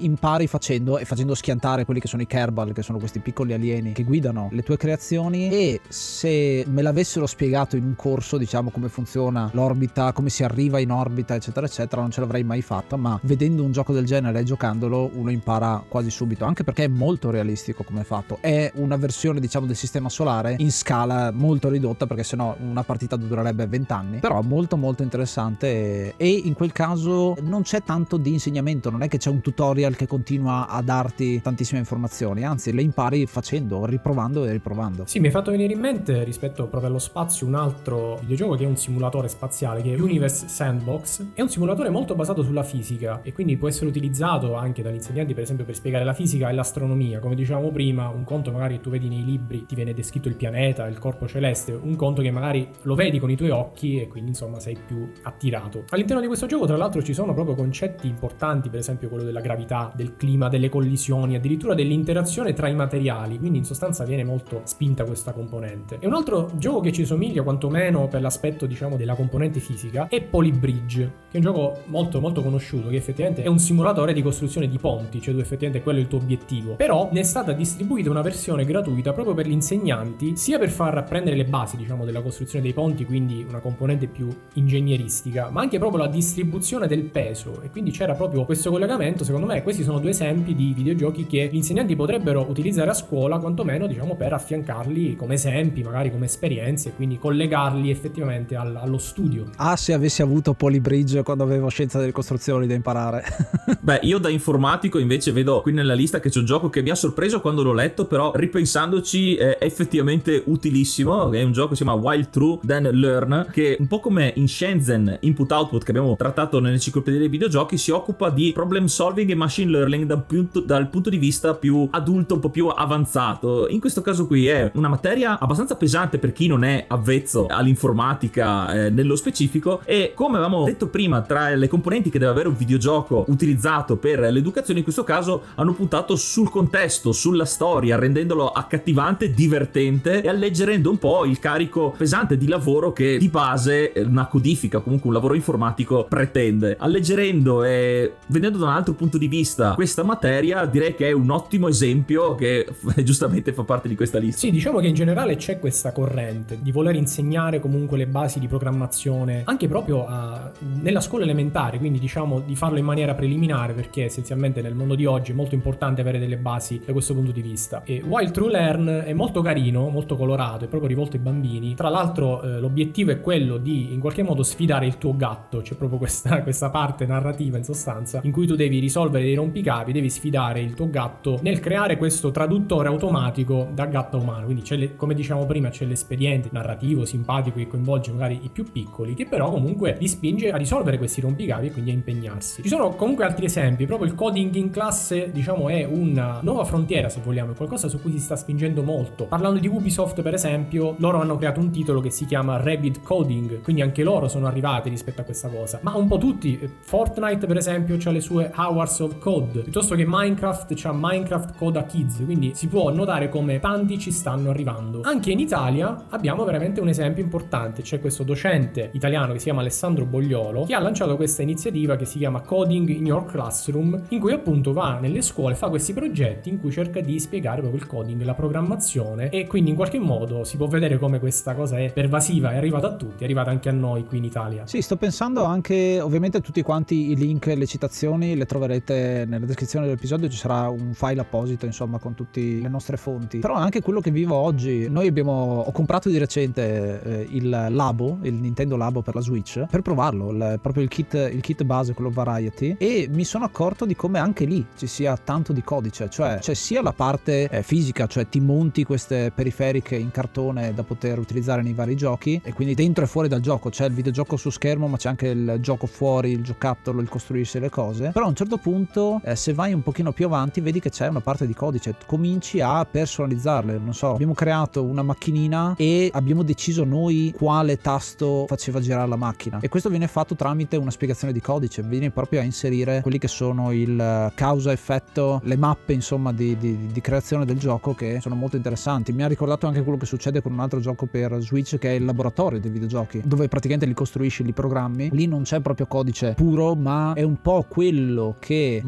impari facendo, e facendo schiantare quelli che sono i Kerbal, che sono questi piccoli alieni che guidano le tue creazioni. E se me l'avessero spiegato in un corso, diciamo, come funziona l'orbita, come si arriva in orbita, eccetera eccetera, non ce l'avrei mai fatta, ma vedendo un gioco del genere e giocandolo uno impara quasi subito, anche perché è molto realistico come è fatto. È una versione, diciamo, del sistema solare in scala molto ridotta, perché sennò una partita durerebbe venti anni, però molto molto interessante. E, e in quel caso non c'è tanto di insegnamento, non è che c'è un tutorial che continua a darti tantissime informazioni, anzi le impari facendo, riprovando e riprovando. Sì, mi hai fatto venire in mente, rispetto proprio allo spazio, un altro videogioco che è un simulatore spaziale, che è Universe Sandbox. È un simulatore molto basato sulla fisica e quindi può essere utilizzato anche dagli insegnanti, per esempio, per spiegare la fisica e l'astronomia. Come dicevamo prima, un conto magari tu vedi nei libri, ti viene descritto il pianeta, il corpo celeste, un conto che magari lo vedi con i tuoi occhi e quindi insomma sei più attirato. All'interno di questo gioco tra l'altro ci sono proprio concetti importanti, per esempio quello della gravità, del clima, delle collisioni, addirittura dell'interazione tra i materiali, quindi in sostanza viene molto spinta questa componente. E un altro gioco che ci somiglia quantomeno per l'aspetto, diciamo, della componente fisica è Polybridge, che è un gioco molto molto conosciuto, che effettivamente è un simulatore di costruzione di ponti, cioè tu effettivamente quello è il tuo obiettivo. Però ne è stata distribuita una versione gratuita proprio per gli insegnanti, sia per far apprendere le basi, diciamo, della costruzione dei ponti, quindi una componente più ingegneristica, ma anche proprio la distribuzione del peso. E quindi c'era proprio questo collegamento. Secondo me questi sono due esempi di videogiochi che gli insegnanti potrebbero utilizzare a scuola, quantomeno, diciamo, per affiancarli come esempi, magari come esperienze, e quindi collegarli effettivamente al, allo studio. Ah, se avessi avuto Polybridge quando avevo scienza delle costruzioni da imparare. Beh, io da informatico invece vedo qui nella lista che c'è un gioco che mi ha sorpreso quando l'ho letto, però ripensandoci è effettivamente utilissimo. È un gioco che si chiama While True Then Learn, che un po' come in Shenzhen Input Output che abbiamo trattato nell'enciclopedia dei videogiochi, si occupa di problem solving e machine learning dal punto, dal punto di vista più adulto, un po' più avanzato. In questo caso qui è una materia abbastanza pesante per chi non è avvezzo all'informatica eh, nello specifico, e come avevamo detto prima, tra le componenti che deve avere un videogioco utilizzato per l'educazione, in questo caso hanno puntato sul contesto, sulla storia, rendendolo accattivante, divertente e alleggerendo un po' il carico pesante di lavoro che di base una codifica, comunque un lavoro informatico, pretende. Alleggerendo e vedendo da un altro punto di vista questa materia, direi che è un ottimo esempio che giustamente fa parte di questa lista. Sì, diciamo che in generale c'è questa corrente di voler insegnare comunque le basi di programmazione anche proprio a, nella scuola elementare, quindi diciamo di farlo in maniera preliminare, perché essenzialmente nel mondo di oggi è molto importante avere delle basi da questo punto di vista. E While True Learn è molto carino, molto colorato, è proprio rivolto ai bambini. Tra l'altro eh, l'obiettivo è quello di in qualche modo sfidare il tuo gatto, c'è proprio questa, questa parte narrativa in sostanza in cui tu devi risolvere dei rompicapi, devi sfidare il tuo gatto nel creare questo traduttore automatico da gatto a umano. Quindi c'è le, come diciamo prima, c'è l'espediente narrativo simpatico che coinvolge magari i più piccoli, che però comunque li spinge a risolvere questi rompicapi e quindi a impegnarsi. Ci sono comunque altri esempi, proprio il coding in classe, diciamo, è una nuova frontiera, se vogliamo, è qualcosa su cui si sta spingendo molto. Parlando di Ubisoft, per esempio, loro hanno creato un titolo che si chiama Rabbit Coding, quindi anche loro sono arrivati rispetto a questa cosa. Ma un po' tutti, Fortnite per esempio c'ha le sue Hours of Code, piuttosto che Minecraft c'ha Minecraft Coda Kids, quindi si può notare come tanti ci stanno arrivando. Anche in Italia abbiamo veramente un esempio importante, c'è questo docente italiano che si chiama Alessandro Bogliolo, che ha lanciato questa iniziativa che si chiama Coding in Your Classroom, in cui appunto va nelle scuole, fa questi progetti in cui cerca di spiegare proprio il coding, la programmazione, e quindi in qualche modo si può vedere come questa cosa è pervasiva, è arrivata a tutti, è arrivata anche a noi qui in Italia. Sì, sto pensando anche, ovviamente tutti quanti i link, le citazioni le troverete nella descrizione dell'episodio, ci sarà un file apposito insomma con tutte le nostre fonti, però anche quello che vivo oggi. Noi abbiamo, ho comprato di recente eh, il Labo, il Nintendo Labo per la Switch, per provarlo, il, proprio il kit, il kit base, quello Variety, e mi sono accorto di come anche lì ci sia tanto di codice, cioè c'è sia la parte eh, fisica, cioè ti monti queste periferiche in cartone da poter utilizzare nei vari giochi, e quindi dentro e fuori dal gioco c'è il videogioco su schermo, ma c'è anche il gioco fuori, il giocattolo, il costruirsi le cose. Però a un certo punto eh, se vai un pochino più avanti vedi che c'è una parte di codice, cominci a personalizzarle. Non so, abbiamo creato una macchinina e abbiamo deciso noi quale tasto faceva girare la macchina, e questo viene fatto tramite una spiegazione di codice, vieni proprio a inserire quelli che sono il causa-effetto, le mappe insomma di, di, di creazione del gioco, che sono molto interessanti. Mi ha ricordato anche quello che succede con un altro gioco per Switch che è il laboratorio dei videogiochi, dove praticamente li costruisci, li programmi. Lì non c'è proprio codice puro, ma è un po' quello che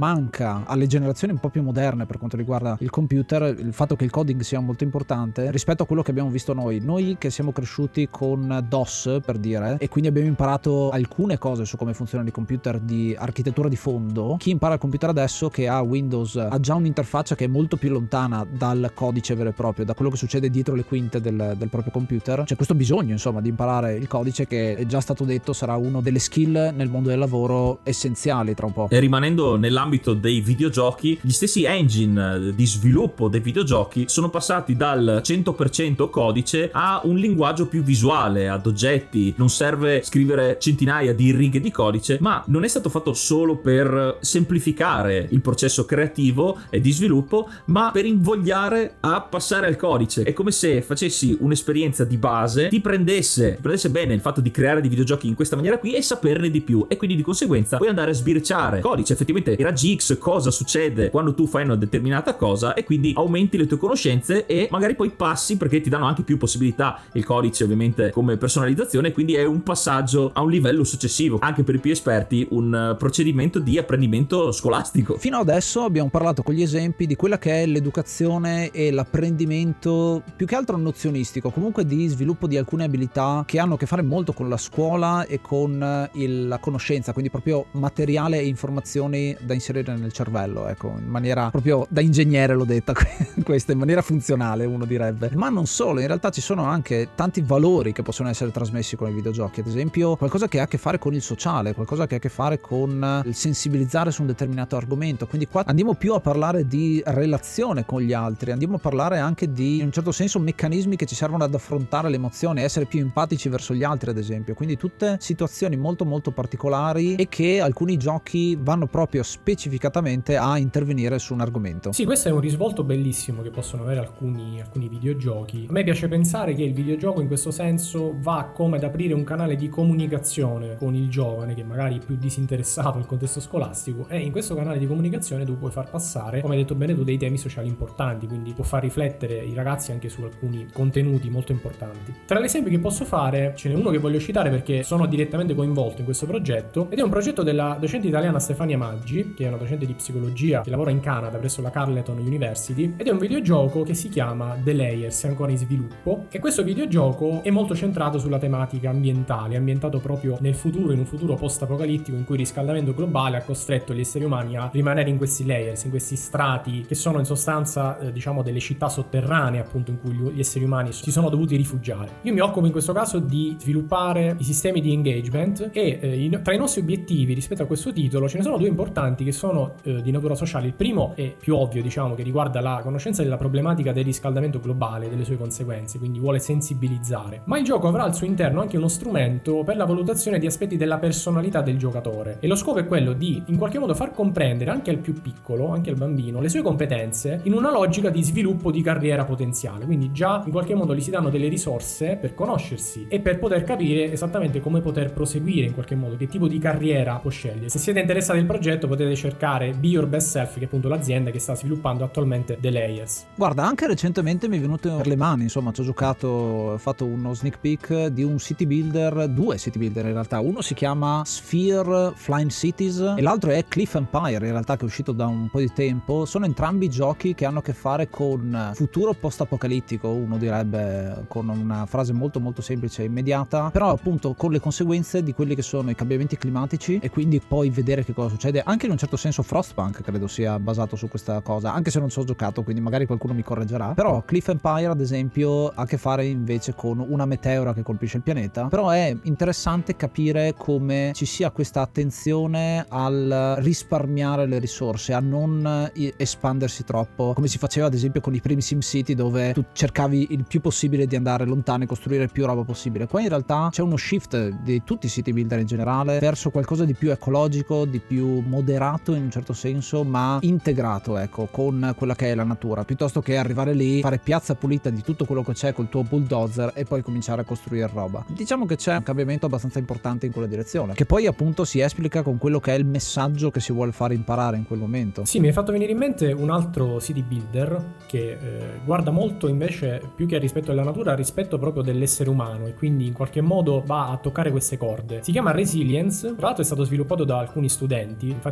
manca alle generazioni un po' più moderne per quanto riguarda il computer, il fatto che il coding sia molto importante rispetto a quello che abbiamo visto noi. Noi che siamo cresciuti con DOS, per dire, e quindi abbiamo imparato alcune cose su come funzionano i computer di architettura di fondo. Chi impara il computer adesso, che ha Windows, ha già un'interfaccia che è molto più lontana dal codice vero e proprio, da quello che succede dietro le quinte del, del proprio computer. C'è questo bisogno, insomma, di imparare il codice, che è già stato detto sarà uno delle skill nel mondo del lavoro essenziali tra un po'. E rimanendo nell'ambito dei videogiochi, gli stessi engine di sviluppo dei videogiochi sono passati dal cento per cento codice a un linguaggio più visuale, ad oggetti. Non serve scrivere centinaia di righe di codice, ma non è stato fatto solo per semplificare il processo creativo e di sviluppo, ma per invogliare a passare al codice. È come se facessi un'esperienza di base, ti prendesse, ti prendesse bene il fatto di creare dei videogiochi in questa maniera qui e saperne di più, e quindi di conseguenza puoi andare a sbirciare codice, effettivamente i raggi X, cosa succede quando tu fai una determinata cosa, e quindi aumenti le tue conoscenze e magari poi passi, perché ti danno anche più possibilità il codice ovviamente come personalizzazione, quindi è un passaggio a un livello successivo, anche per i più esperti un procedimento di apprendimento scolastico. Fino adesso abbiamo parlato con gli esempi di quella che è l'educazione e l'apprendimento più che altro nozionistico, comunque di sviluppo di alcune abilità che hanno a che fare molto con la scuola e con il, la conoscenza, quindi proprio materiale e informazioni da inserire nel cervello, ecco, in maniera proprio da ingegnere, l'ho detta questa, in maniera funzionale uno direbbe. Ma non solo, in realtà ci sono anche tanti valori che possono essere trasmessi con i videogiochi, ad esempio qualcosa che ha a che fare con il sociale, qualcosa che ha a che fare con il sensibilizzare su un determinato argomento, quindi qua andiamo più a parlare di relazione con gli altri, andiamo a parlare anche di, in un certo senso, meccanismi che ci servono ad affrontare le emozioni, essere più empatici verso gli altri, ad esempio, quindi tutte situazioni molto molto particolari e che alcuni giochi vanno proprio specificatamente a intervenire su un argomento. Sì, questo è un risvolto bellissimo che possono avere alcuni, alcuni videogiochi. A me piace pensare che il videogioco in questo senso va come ad aprire un canale di comunicazione con il giovane che magari è più disinteressato nel contesto scolastico, e in questo canale di comunicazione tu puoi far passare, come hai detto bene tu, dei temi sociali importanti, quindi può far riflettere i ragazzi anche su alcuni contenuti molto importanti. Tra gli esempi che posso fare ce n'è uno che voglio citare perché sono direttamente coinvolto in questo progetto, ed è un progetto della docente italiana Stefania Maggi, che è una docente di psicologia che lavora in Canada presso la Carleton University, ed è un videogioco che si chiama The Layers, è ancora in sviluppo, e questo videogioco è molto centrato sulla tematica ambientale, ambientato proprio nel futuro, in un futuro post-apocalittico in cui il riscaldamento globale ha costretto gli esseri umani a rimanere in questi layers, in questi strati che sono in sostanza eh, diciamo delle città sotterranee, appunto, in cui gli esseri umani si sono dovuti rifugiare. Io mi occupo in questo caso di sviluppare i sistemi di engagement e eh, in, tra i nostri obiettivi rispetto a questo titolo ce ne sono due importanti che sono eh, di natura sociale. Il primo è più ovvio, diciamo, che riguarda la conoscenza della problematica del riscaldamento globale e delle sue conseguenze, quindi vuole sensibilizzare. Ma il gioco avrà al suo interno anche uno strumento per la valutazione di aspetti della personalità del giocatore, e lo scopo è quello di in qualche modo far comprendere anche al più piccolo, anche al bambino, le sue competenze in una logica di sviluppo di carriera potenziale. Quindi già in qualche modo gli si danno delle risorse per conoscersi e per poter capire esattamente come poter proseguire, in qualche modo che tipo di carriera può scegliere. Se siete interessati al progetto potete cercare Be Your Best Self, che è appunto l'azienda che sta sviluppando attualmente The Layers. Guarda, anche recentemente mi è venuto per le mani, insomma, ci ho giocato, ho fatto uno sneak peek di un city builder, due city builder in realtà, uno si chiama Sphere Flying Cities e l'altro è Cliff Empire, in realtà, che è uscito da un po' di tempo. Sono entrambi giochi che hanno a che fare con futuro post-apocalittico, uno direbbe con una frase molto molto semplice e immediata, però appunto con le conseguenze di quelli che sono i cambiamenti climatici, e quindi poi vedere che cosa succede. Anche in un certo senso Frostpunk credo sia basato su questa cosa, anche se non ci ho giocato, quindi magari qualcuno mi correggerà. Però Cliff Empire, ad esempio, ha a che fare invece con una meteora che colpisce il pianeta. Però è interessante capire come ci sia questa attenzione al risparmiare le risorse, a non espandersi troppo, come si faceva ad esempio con i primi SimCity, dove tu cercavi il più possibile di andare lontano e costruire più roba possibile. Qua in realtà c'è uno shift di tutti i city builder in generale verso qualcosa di più ecologico, di più moderato in un certo senso, ma integrato, ecco, con quella che è la natura, piuttosto che arrivare lì, fare piazza pulita di tutto quello che c'è col tuo bulldozer e poi cominciare a costruire roba. Diciamo che c'è un cambiamento abbastanza importante in quella direzione, che poi appunto si esplica con quello che è il messaggio che si vuole fare imparare in quel momento. Sì, mi è fatto venire in mente un altro city builder che eh, guarda molto invece, più che rispetto alla natura, rispetto proprio dell'essere umano, e quindi in qualche modo va a toccare queste corde. Si chiama Resilience, tra l'altro è stato sviluppato da alcuni studenti, infatti questo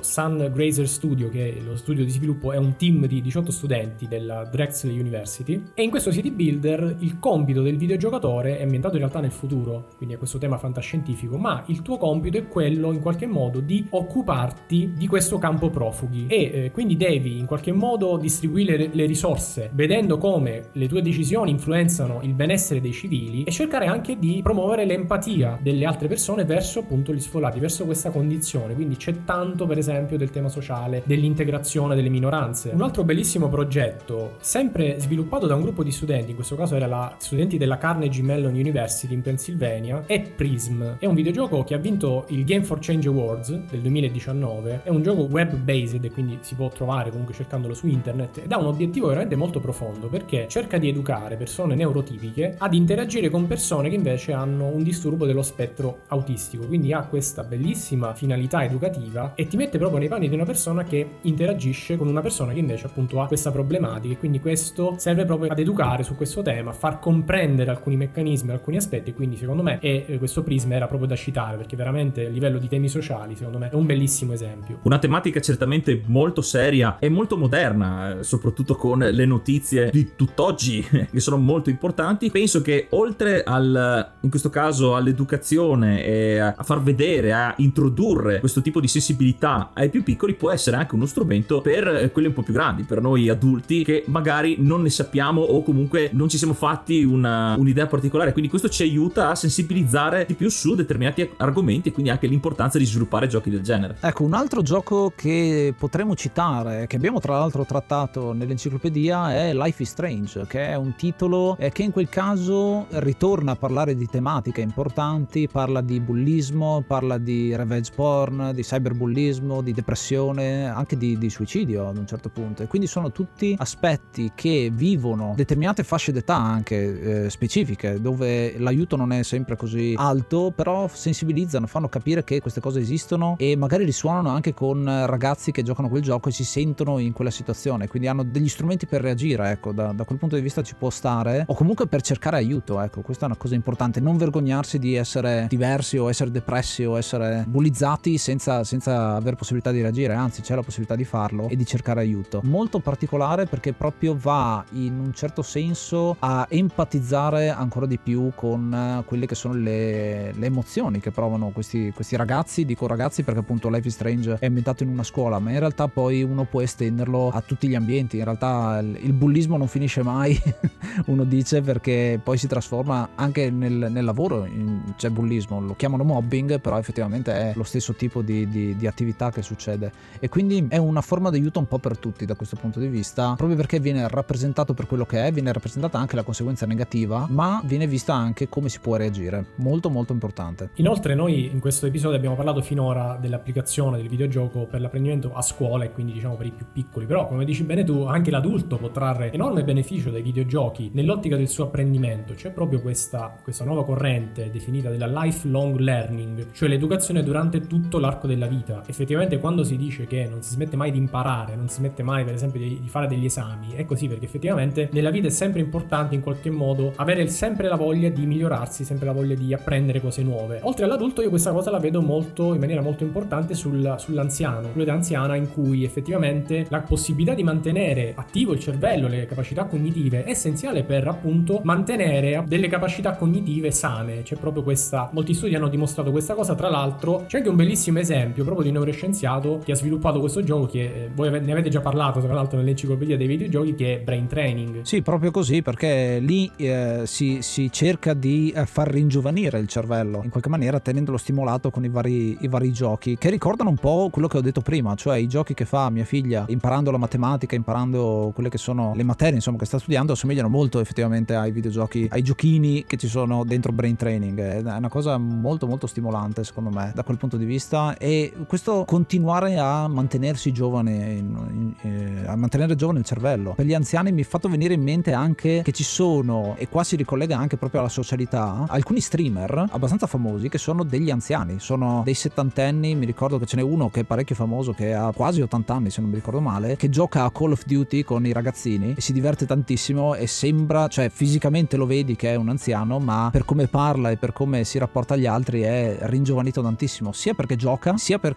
Sun Grazer Studio, che è lo studio di sviluppo, è un team di diciotto studenti della Drexel University, e in questo city builder il compito del videogiocatore è ambientato in realtà nel futuro, quindi è questo tema fantascientifico, ma il tuo compito è quello in qualche modo di occuparti di questo campo profughi e eh, quindi devi in qualche modo distribuire le risorse vedendo come le tue decisioni influenzano il benessere dei civili e cercare anche di promuovere l'empatia delle altre persone verso appunto gli sfollati, verso questa condizione. Quindi c'è tanto per esempio del tema sociale, dell'integrazione delle minoranze. Un altro bellissimo progetto sempre sviluppato da un gruppo di studenti, in questo caso era la studenti della Carnegie Mellon University in Pennsylvania, è Prism. È un videogioco che ha vinto il Game for Change Awards del duemiladiciannove, è un gioco web based e quindi si può trovare comunque cercandolo su internet ed ha un obiettivo veramente molto profondo, perché cerca di educare persone neurotipiche ad interagire con persone che invece hanno un disturbo dello spettro autistico, quindi ha questa bellissima finalità educativa e ti mette proprio nei panni di una persona che interagisce con una persona che invece appunto ha questa problematica, e quindi questo serve proprio ad educare su questo tema, a far comprendere alcuni meccanismi, alcuni aspetti, e quindi secondo me e questo Prisma era proprio da citare, perché veramente a livello di temi sociali secondo me è un bellissimo esempio. Una tematica certamente molto seria e molto moderna, soprattutto con le notizie di tutt'oggi che sono molto importanti. Penso che oltre al, in questo caso all'educazione e a far vedere, a introdurre questo tipo di sensibilità ai più piccoli, può essere anche uno strumento per quelli un po' più grandi, per noi adulti che magari non ne sappiamo o comunque non ci siamo fatti una, un'idea particolare, quindi questo ci aiuta a sensibilizzare di più su determinati argomenti e quindi anche l'importanza di sviluppare giochi del genere. Ecco, un altro gioco che potremmo citare, che abbiamo tra l'altro trattato nell'enciclopedia, è Life is Strange, che è un titolo che in quel caso ritorna a parlare di tematiche importanti, parla di bullismo, parla di revenge porn, di cyberbullismo, di depressione, anche di, di suicidio ad un certo punto, e quindi sono tutti aspetti che vivono determinate fasce d'età anche eh, specifiche, dove l'aiuto non è sempre così alto, però sensibilizzano, fanno capire che queste cose esistono e magari risuonano anche con ragazzi che giocano quel gioco e si sentono in quella situazione, quindi hanno degli strumenti per reagire, ecco, da, da quel punto di vista ci può stare, o comunque per cercare aiuto, ecco, questa è una cosa importante, non vergognarsi di essere diversi o essere depressi o essere bullizzati senza, senza avere possibilità di reagire, anzi c'è la possibilità di farlo e di cercare aiuto. Molto particolare perché proprio va in un certo senso a empatizzare ancora di più con quelle che sono le, le emozioni che provano questi, questi ragazzi, dico ragazzi perché appunto Life is Strange è ambientato in una scuola, ma in realtà poi uno può estenderlo a tutti gli ambienti, in realtà il, il bullismo non finisce mai uno dice, perché poi si trasforma anche nel, nel lavoro, in, c'è bullismo, lo chiamano mobbing, però effettivamente è lo stesso tipo di, di, di attività che succede, e quindi è una forma di aiuto un po' per tutti da questo punto di vista, proprio perché viene rappresentato per quello che è, viene rappresentata anche la conseguenza negativa, ma viene vista anche come si può reagire, molto molto importante. Inoltre noi in questo episodio abbiamo parlato finora dell'applicazione del videogioco per l'apprendimento a scuola e quindi diciamo per i più piccoli, però come dici bene tu anche l'adulto può trarre enorme beneficio dai videogiochi nell'ottica del suo apprendimento. C'è proprio questa, questa nuova corrente definita della lifelong learning, cioè l'educazione durante tutto l'arco della vita. Effettivamente quando si dice che non si smette mai di imparare, non si smette mai per esempio di, di fare degli esami, è così, perché effettivamente nella vita è sempre importante in qualche modo avere sempre la voglia di migliorarsi, sempre la voglia di apprendere cose nuove. Oltre all'adulto io questa cosa la vedo molto in maniera molto importante sul, sull'anziano, sull'età anziana, in cui effettivamente la possibilità di mantenere attivo il cervello, le capacità cognitive è essenziale per appunto mantenere delle capacità cognitive sane. C'è proprio questa, molti studi hanno dimostrato questa cosa. Tra l'altro c'è anche un bellissimo esempio proprio di un neuroscienziato che ha sviluppato questo gioco, che eh, voi ne avete già parlato tra l'altro nell'enciclopedia dei videogiochi, che è Brain Training. Sì, proprio così, perché lì eh, si, si cerca di eh, far ringiovanire il cervello in qualche maniera, tenendolo stimolato con i vari, i vari giochi che ricordano un po' quello che ho detto prima, cioè i giochi che fa mia figlia imparando la matematica, imparando quelle che sono le materie insomma che sta studiando, assomigliano molto effettivamente ai videogiochi, ai giochini che ci sono dentro Brain Training. È una cosa molto molto stimolante secondo me da quel punto di vista, e questo continuare a mantenersi giovane in, in, eh, a mantenere giovane il cervello. Per gli anziani mi è fatto venire in mente anche che ci sono, e qua si ricollega anche proprio alla socialità, alcuni streamer abbastanza famosi che sono degli anziani, sono dei settantenni. Mi ricordo che ce n'è uno che è parecchio famoso, che ha quasi ottanta anni se non mi ricordo male, che gioca a Call of Duty con i ragazzini e si diverte tantissimo, e sembra, cioè fisicamente lo vedi che è un anziano, ma per come parla e per come si rapporta agli altri è ringiovanito tantissimo, sia perché gioca sia perché ha un,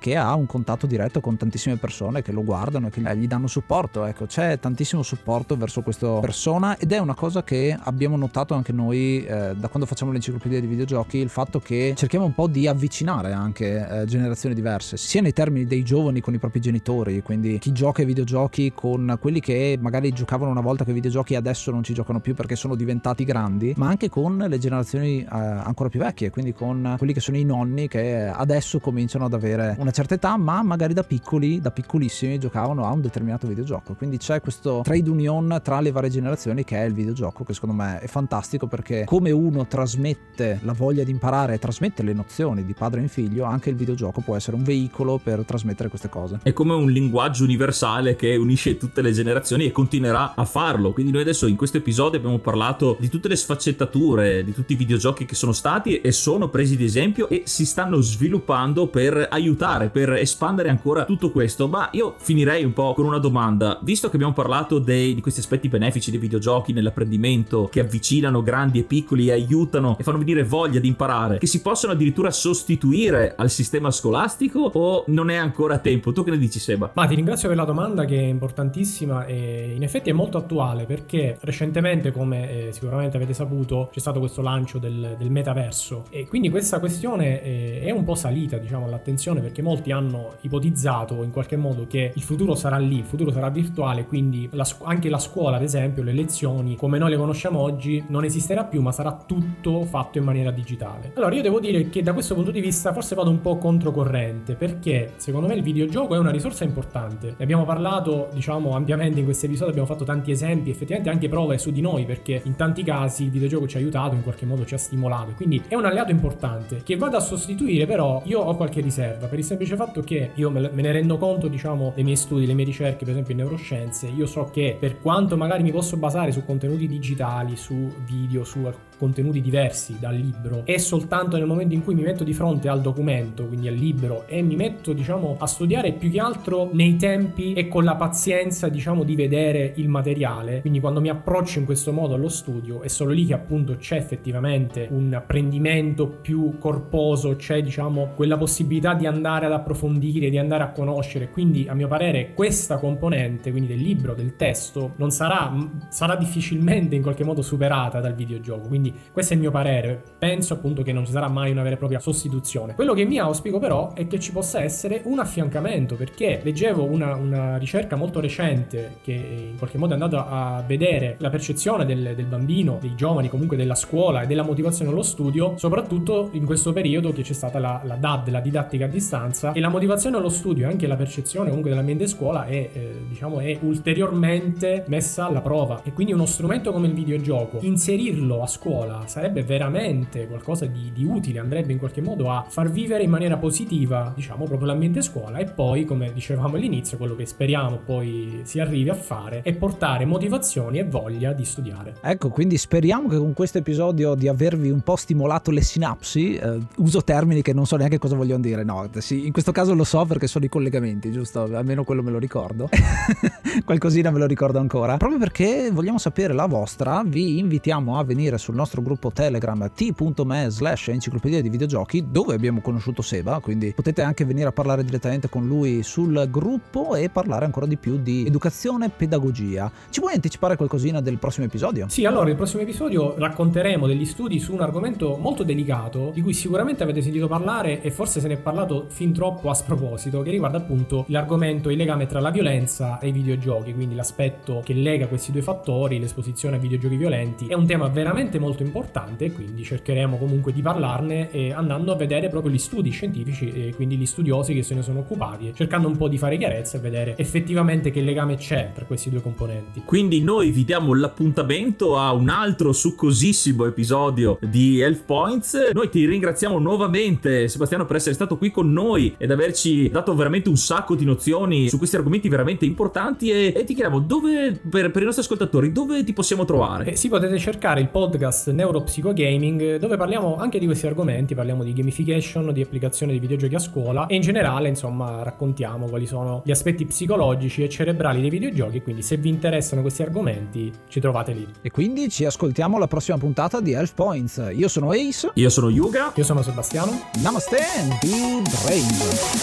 contatto diretto con tantissime persone che lo guardano e che gli danno supporto. Ecco, c'è tantissimo supporto verso questa persona ed è una cosa che abbiamo notato anche noi eh, da quando facciamo l'enciclopedia di videogiochi, il fatto che cerchiamo un po' di avvicinare anche eh, generazioni diverse, sia nei termini dei giovani con i propri genitori, quindi chi gioca ai videogiochi con quelli che magari giocavano una volta con i videogiochi e adesso non ci giocano più perché sono diventati grandi, ma anche con le generazioni eh, ancora più vecchie, quindi con quelli che sono i nonni che adesso cominciano ad avere una certa età, ma magari da piccoli, da piccolissimi giocavano a un determinato videogioco. Quindi c'è questo trade union tra le varie generazioni che è il videogioco, che secondo me è fantastico, perché come uno trasmette la voglia di imparare e trasmette le nozioni di padre in figlio, anche il videogioco può essere un veicolo per trasmettere queste cose. È come un linguaggio universale che unisce tutte le generazioni e continuerà a farlo. Quindi noi adesso in questo episodio abbiamo parlato di tutte le sfaccettature di tutti i videogiochi che sono stati e sono presi di esempio e si stanno sviluppando per aiutare, per espandere ancora tutto questo. Ma io finirei un po' con una domanda: visto che abbiamo parlato dei, di questi aspetti benefici dei videogiochi nell'apprendimento, che avvicinano grandi e piccoli e aiutano e fanno venire voglia di imparare, che si possono addirittura sostituire al sistema scolastico, o non è ancora tempo? Tu che ne dici, Seba? Ma ti ringrazio per la domanda, che è importantissima e in effetti è molto attuale, perché recentemente, come eh, sicuramente avete saputo, c'è stato questo lancio del, del metaverso e quindi questa questione eh, è un po' salita, diciamo, all'attenzione, perché molti hanno ipotizzato in qualche modo che il futuro sarà lì, il futuro sarà virtuale, quindi la, anche la scuola, ad esempio, le lezioni come noi le conosciamo oggi non esisterà più, ma sarà tutto fatto in maniera digitale. Allora io devo dire che da questo punto di vista forse vado un po' controcorrente, perché secondo me il videogioco è una risorsa importante. Ne abbiamo parlato, diciamo, ampiamente in questo episodio, abbiamo fatto tanti esempi, effettivamente anche prove su di noi, perché in tanti casi il videogioco ci ha aiutato, in qualche modo ci ha stimolato, quindi è un alleato importante. Che vada a sostituire, però, io ho qualche riserva, per il semplice fatto che io me ne rendo conto, diciamo, dei miei studi, le mie ricerche, per esempio in neuroscienze. Io so che per quanto magari mi posso basare su contenuti digitali, su video, su contenuti diversi dal libro, è soltanto nel momento in cui mi metto di fronte al documento, quindi al libro, e mi metto, diciamo, a studiare più che altro nei tempi e con la pazienza, diciamo, di vedere il materiale. Quindi quando mi approccio in questo modo allo studio, è solo lì che appunto c'è effettivamente un apprendimento più corposo, c'è, diciamo, quella possibilità di andare ad approfondire, di andare a conoscere. Quindi a mio parere questa componente, quindi del libro, del testo, non sarà sarà difficilmente in qualche modo superata dal videogioco. Quindi questo è il mio parere. Penso appunto che non ci sarà mai una vera e propria sostituzione. Quello che mi auspico però è che ci possa essere un affiancamento, perché leggevo una, una ricerca molto recente che in qualche modo è andata a vedere la percezione del, del bambino, dei giovani, comunque della scuola e della motivazione allo studio, soprattutto in questo periodo che c'è stata la, la D A D, la didattica a distanza, e la motivazione allo studio e anche la percezione comunque dell'ambiente scuola è, eh, diciamo, è ulteriormente messa alla prova. E quindi uno strumento come il videogioco, inserirlo a scuola sarebbe veramente qualcosa di, di utile, andrebbe in qualche modo a far vivere in maniera positiva, diciamo, proprio l'ambiente scuola. E poi, come dicevamo all'inizio, quello che speriamo poi si arrivi a fare è portare motivazioni e voglia di studiare. Ecco, quindi speriamo che con questo episodio di avervi un po' stimolato le sinapsi. eh, uso termini che non so neanche cosa vogliono dire, no, sì, in questo caso lo so perché sono i collegamenti, giusto? Almeno quello me lo ricordo. Qualcosina me lo ricordo ancora, proprio perché vogliamo sapere la vostra. Vi invitiamo a venire sul nostro gruppo Telegram t.me slash enciclopedia di videogiochi, dove abbiamo conosciuto Seba, quindi potete anche venire a parlare direttamente con lui sul gruppo e parlare ancora di più di educazione e pedagogia. Ci puoi anticipare qualcosina del prossimo episodio? Sì, allora, il prossimo episodio racconteremo degli studi su un argomento molto delicato, di cui sicuramente avete sentito parlare e forse se ne è parlato fin troppo a sproposito, che riguarda appunto l'argomento, il legame tra la violenza e i videogiochi, quindi l'aspetto che lega questi due fattori, l'esposizione a videogiochi violenti. È un tema veramente molto importante e quindi cercheremo comunque di parlarne, eh, andando a vedere proprio gli studi scientifici e quindi gli studiosi che se ne sono occupati, cercando un po' di fare chiarezza e vedere effettivamente che legame c'è tra questi due componenti. Quindi noi vi diamo l'appuntamento a un altro succosissimo episodio di Health Points. Noi ti ringraziamo nuovamente, Sebastiano, per essere stato qui con noi ed averci dato veramente un sacco di nozioni su questi argomenti veramente importanti, e, e ti chiediamo dove, per, per i nostri ascoltatori, dove ti possiamo trovare? Eh, sì, potete cercare il podcast Neuropsicogaming, dove parliamo anche di questi argomenti, parliamo di gamification, di applicazione di videogiochi a scuola e in generale, insomma, raccontiamo quali sono gli aspetti psicologici e cerebrali dei videogiochi. Quindi se vi interessano questi argomenti ci trovate lì. E quindi ci ascoltiamo alla prossima puntata di Health Points. Io sono Ace. Io sono Yuga. Io sono Sebastiano. Namaste and be brave.